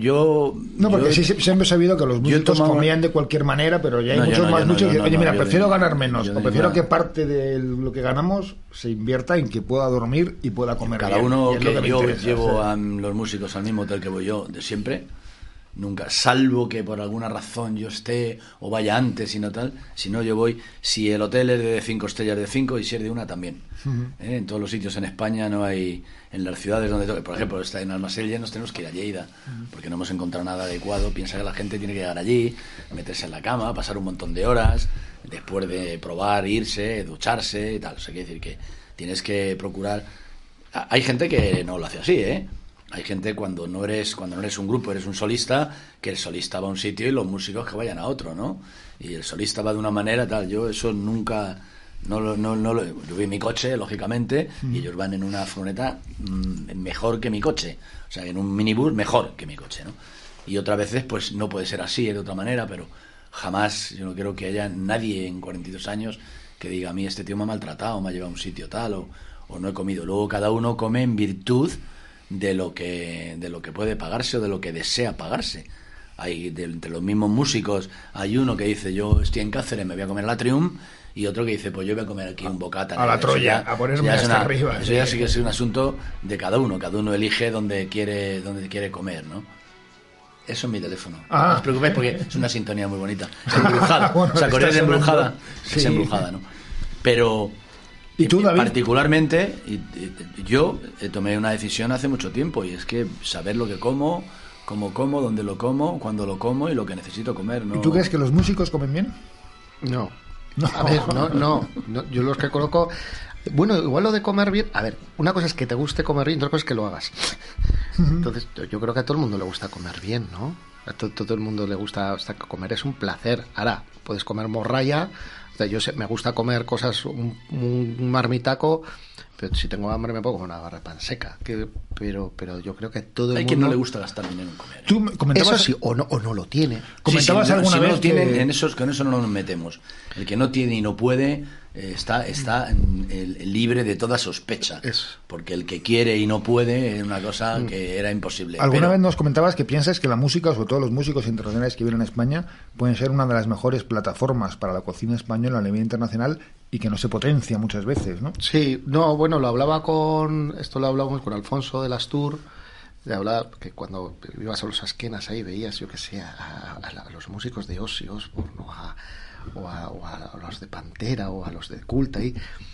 yo no, porque siempre he sabido que los músicos comían de cualquier manera, pero ya hay muchos que dicen, oye, prefiero ganar menos, o prefiero que parte de lo que ganamos se invierta en que pueda dormir y pueda comer cada bien. Uno que yo llevo a los músicos al mismo hotel que voy yo de siempre, nunca, salvo que por alguna razón yo esté o vaya antes y no tal, si no yo voy, si el hotel es de 5 estrellas, de 5, y si es de 1 también. En todos los sitios en España no hay, en las ciudades donde, por ejemplo, está en Almacelles, nos tenemos que ir a Lleida, porque no hemos encontrado nada adecuado. Piensa que la gente tiene que llegar allí, meterse en la cama, pasar un montón de horas, después de probar, irse, ducharse y tal. O sea, quiere decir que tienes que procurar. Hay gente que no lo hace así, Hay gente cuando no eres un grupo, eres un solista, que el solista va a un sitio y los músicos que vayan a otro, ¿no? Y el solista va de una manera, tal. Yo eso nunca, yo voy en mi coche, lógicamente, y ellos van en una furgoneta mejor que mi coche. O sea, en un minibús mejor que mi coche, ¿no? Y otras veces, pues no puede ser así, de otra manera, pero jamás, yo no creo que haya nadie en 42 años que diga, a mí este tío me ha maltratado, me ha llevado a un sitio tal, o no he comido. Luego cada uno come en virtud de lo que puede pagarse o de lo que desea pagarse. Hay entre los mismos músicos hay uno que dice, yo estoy en Cáceres, me voy a comer la Triumph, y otro que dice, pues yo voy a comer aquí un bocata a la Troya, a ponerme hasta arriba. Eso ya sí que es un asunto de cada uno elige dónde quiere comer, ¿no? Eso es mi teléfono. No os preocupéis porque es una sintonía muy bonita. Es embrujada. Bueno, o sea, Correa de embrujada. Sí. Es embrujada, ¿no? Pero ¿y tú, David? Particularmente, yo tomé una decisión hace mucho tiempo, y es que saber lo que como, cómo como, dónde lo como, cuándo lo como y lo que necesito comer, ¿no? ¿Y tú crees que los músicos comen bien? No. A ver, no. Yo los que conozco... Bueno, igual lo de comer bien... A ver, una cosa es que te guste comer bien, otra cosa es que lo hagas. Entonces, yo creo que a todo el mundo le gusta comer bien, ¿no? A todo el mundo le gusta... O sea, comer es un placer. Ahora, puedes comer morralla... O sea, me gusta comer cosas, un marmitaco, pero si tengo hambre me puedo comer una barra de pan seca. Pero yo creo que todo el mundo... Hay quien no le gusta gastar dinero en comer. ¿Tú comentabas? Eso sí, o no lo tiene. ¿Comentabas alguna vez que... con eso no nos metemos. El que no tiene y no puede está libre de toda sospecha. Porque el que quiere y no puede es una cosa que era imposible. ¿Alguna vez nos comentabas que piensas que la música, sobre todo los músicos internacionales que viven en España, pueden ser una de las mejores plataformas para la cocina española a nivel internacional y que no se potencia muchas veces, ¿no? Sí, bueno, lo hablábamos con Alfonso de Lastur, de hablar que cuando ibas a los Asquenas ahí veías, yo que sé, a los músicos de Ozzy Osbourne o a los de Pantera o a los de Cult ahí,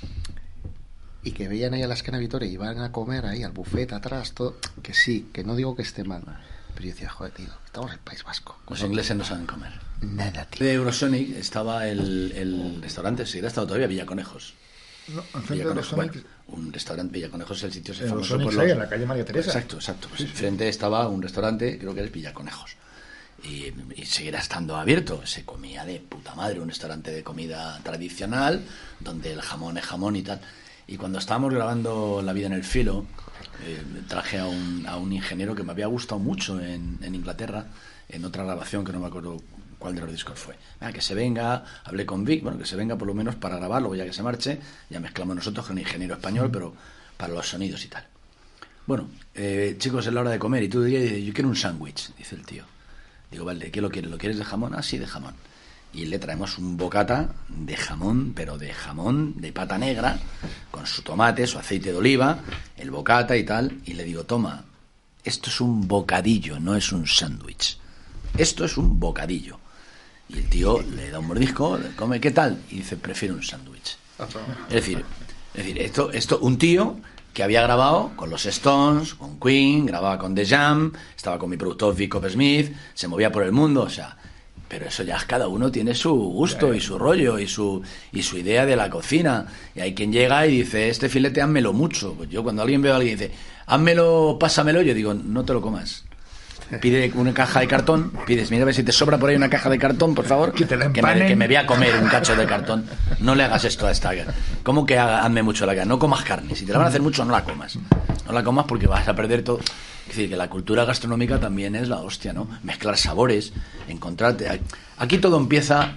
y que veían ahí a la Esquena Vitoria y iban a comer ahí al buffet atrás, todo, que sí, que no digo que esté mal, pero yo decía, joder, tío, estamos en el País Vasco. Los ingleses no saben comer. Nada, tío. De Eurosonic estaba el restaurante, seguirá estado todavía, Villaconejos. No, bueno, un restaurante, Villaconejos, el sitio se famoso por en la calle María Teresa. Exacto. Pues enfrente estaba un restaurante, creo que es Villaconejos. y seguirá estando abierto. Se comía de puta madre, un restaurante de comida tradicional, donde el jamón es jamón y tal. Y cuando estábamos grabando La vida en el filo, traje a un ingeniero que me había gustado mucho en Inglaterra, en otra grabación que no me acuerdo cuál de los discos fue. Que se venga, hablé con Vic, bueno, que se venga por lo menos para grabar, luego ya que se marche, ya mezclamos nosotros con un ingeniero español, pero para los sonidos y tal. Bueno, chicos, es la hora de comer, y tú dirías, yo quiero un sándwich, dice el tío. Digo, vale, ¿qué lo quieres? ¿Lo quieres de jamón? Ah, sí, de jamón. Y le traemos un bocata de jamón, pero de jamón de pata negra, con su tomate, su aceite de oliva, el bocata y tal, y le digo, toma, esto es un bocadillo, no es un sándwich. Esto es un bocadillo. Y el tío le da un mordisco, le come, ¿qué tal? Y dice, prefiero un sándwich. Es decir, esto, un tío que había grabado con los Stones, con Queen, grababa con The Jam, estaba con mi productor Vic Smith, se movía por el mundo, o sea... Pero eso ya cada uno tiene su gusto y su rollo y su idea de la cocina. Y hay quien llega y dice, este filete házmelo mucho. Pues yo cuando alguien veo a alguien y dice, házmelo, pásamelo, yo digo, no te lo comas. Pide una caja de cartón, pides, mira a ver si te sobra por ahí una caja de cartón, por favor, que me voy a comer un cacho de cartón. No le hagas esto a esta. ¿Cómo que hazme mucho la carne? No comas carne. Si te la van a hacer mucho, no la comas. No la comas porque vas a perder todo. Es decir, que la cultura gastronómica también es la hostia, ¿no? Mezclar sabores, encontrarte... Aquí todo empieza...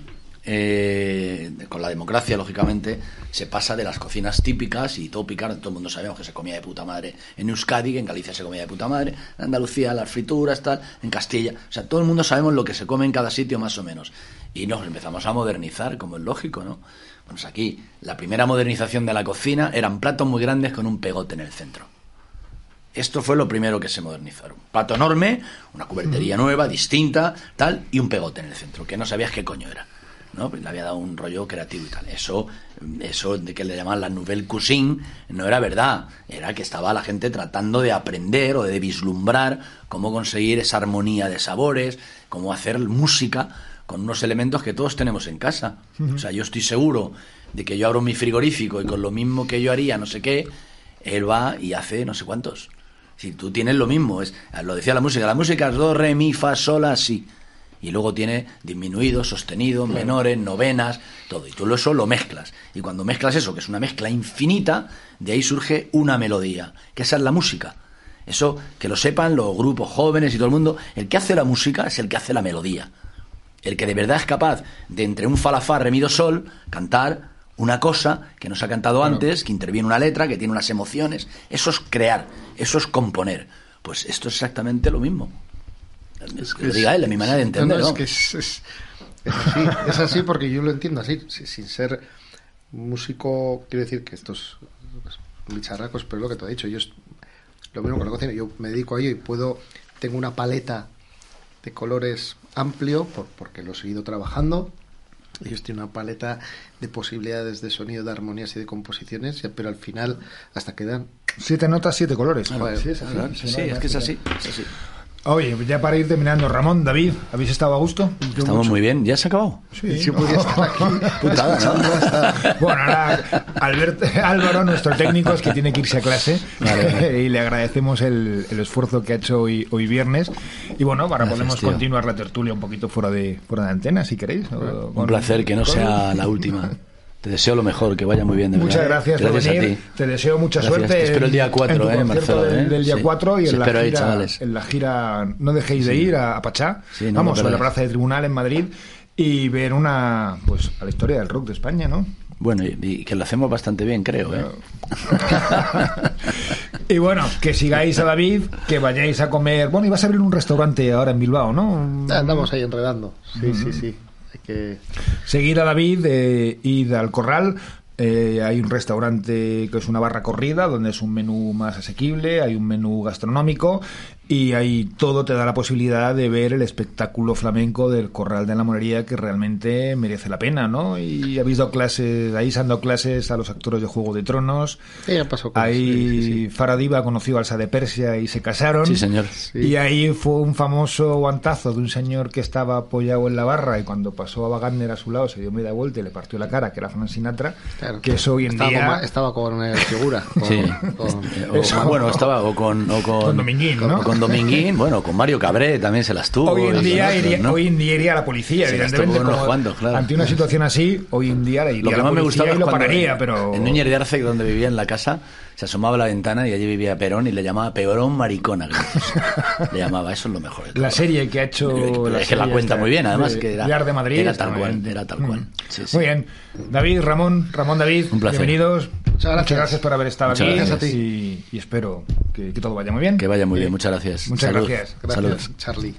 con la democracia, lógicamente, se pasa de las cocinas típicas y todo picar. Todo el mundo sabemos que se comía de puta madre en Euskadi, que en Galicia se comía de puta madre, en Andalucía las frituras, tal, en Castilla. O sea, todo el mundo sabemos lo que se come en cada sitio más o menos. Y nos empezamos a modernizar, como es lógico, ¿no? Pues aquí, la primera modernización de la cocina eran platos muy grandes con un pegote en el centro. Esto fue lo primero que se modernizaron. Plato enorme, una cubertería nueva, distinta, tal, y un pegote en el centro, que no sabías qué coño era, ¿no? Le había dado un rollo creativo y tal. Eso de que le llamaban la nouvelle cuisine no era verdad. Era que estaba la gente tratando de aprender o de vislumbrar cómo conseguir esa armonía de sabores, cómo hacer música con unos elementos que todos tenemos en casa. O sea, yo estoy seguro de que yo abro mi frigorífico y con lo mismo que yo haría no sé qué, él va y hace no sé cuántos. Si tú tienes lo mismo, lo decía la música es do, re, mi, fa, sol, la, si. Y luego tiene disminuidos, sostenidos, menores, novenas, todo. Y tú eso lo mezclas. Y cuando mezclas eso, que es una mezcla infinita, de ahí surge una melodía, que esa es la música. Eso, que lo sepan los grupos jóvenes y todo el mundo, el que hace la música es el que hace la melodía. El que de verdad es capaz de, entre un fa, la, fa, re, mi, do, sol, cantar una cosa que no se ha cantado antes, que interviene una letra, que tiene unas emociones. Eso es crear, eso es componer. Pues esto es exactamente lo mismo. Es que lo diga él, de mi manera de entender, ¿no? Es que es así porque yo lo entiendo así, sin ser músico. Quiero decir que estos bicharracos, pero lo que te he dicho, yo es lo mismo con la cocina. Yo me dedico a ello y tengo una paleta de colores amplio porque lo he seguido trabajando. Ellos tienen una paleta de posibilidades de sonido, de armonías y de composiciones, pero al final hasta quedan 7 notas, 7 colores. Joder, sí, es así. Sí, es que es así. Oye, ya para ir terminando, Ramón, David, ¿habéis estado a gusto? Estamos muy bien. ¿Ya se acabó? Sí, yo podía estar aquí. Putada, ¿no? Bueno, ahora Álvaro, nuestro técnico, es que tiene que irse a clase. Vale. Y le agradecemos el esfuerzo que ha hecho hoy viernes. Y bueno, ahora podemos continuar la tertulia un poquito fuera de antena, si queréis. Un placer, que no sea la última. Te deseo lo mejor, que vaya muy bien, de Muchas verdad. Gracias por venir. Te deseo mucha suerte. Te espero el día 4, en Marcelo. Del día 4 y chavales. En la gira, no dejéis de ir a Pachá. Sí, vamos a la Plaza de Tribunal en Madrid y ver a la historia del rock de España, ¿no? Bueno, y que lo hacemos bastante bien, creo, ¿eh? Y bueno, que sigáis a David, que vayáis a comer. Bueno, ibas a abrir un restaurante ahora en Bilbao, ¿no? Andamos ahí enredando. Sí. Hay que seguir a David, id al Corral. Hay un restaurante que es una barra corrida, donde es un menú más asequible, hay un menú gastronómico y ahí todo te da la posibilidad de ver el espectáculo flamenco del Corral de la Monería, que realmente merece la pena, ¿no? Y habéis dado clases, ahí se han dado clases a los actores de Juego de Tronos. Sí, ya pasó con ahí Faradiva conoció al Shah de Persia y se casaron. Sí, señor. Sí. Y ahí fue un famoso guantazo de un señor que estaba apoyado en la barra y cuando pasó a Wagner a su lado se dio media vuelta y le partió la cara, que era Frank Sinatra. Claro. Que eso hoy en día... Estaba con figura. Bueno, estaba o con Dominguín, ¿no? Con con Dominguín, bueno, con Mario Cabré también se las tuvo. Hoy en día iría a la policía, evidentemente. Claro. Ante una situación así, hoy en día iría a la policía y lo pararía, pero... En Núñez de Arce, donde vivía en la casa, se asomaba a la ventana y allí vivía Perón y le llamaba Perón maricona. Le llamaba, eso es lo mejor. La serie que ha hecho... Es que la cuenta muy bien, además, que era de Madrid, era tal cual. Sí. Muy bien. David, Ramón, David, un placer. Bienvenidos. Muchas gracias por haber estado aquí. Gracias a ti. Y espero que todo vaya muy bien. Que vaya muy bien, muchas gracias. Muchas Salud. gracias. Gracias, Salud. Charlie.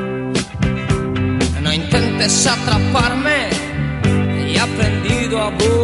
Atraparme y he aprendido a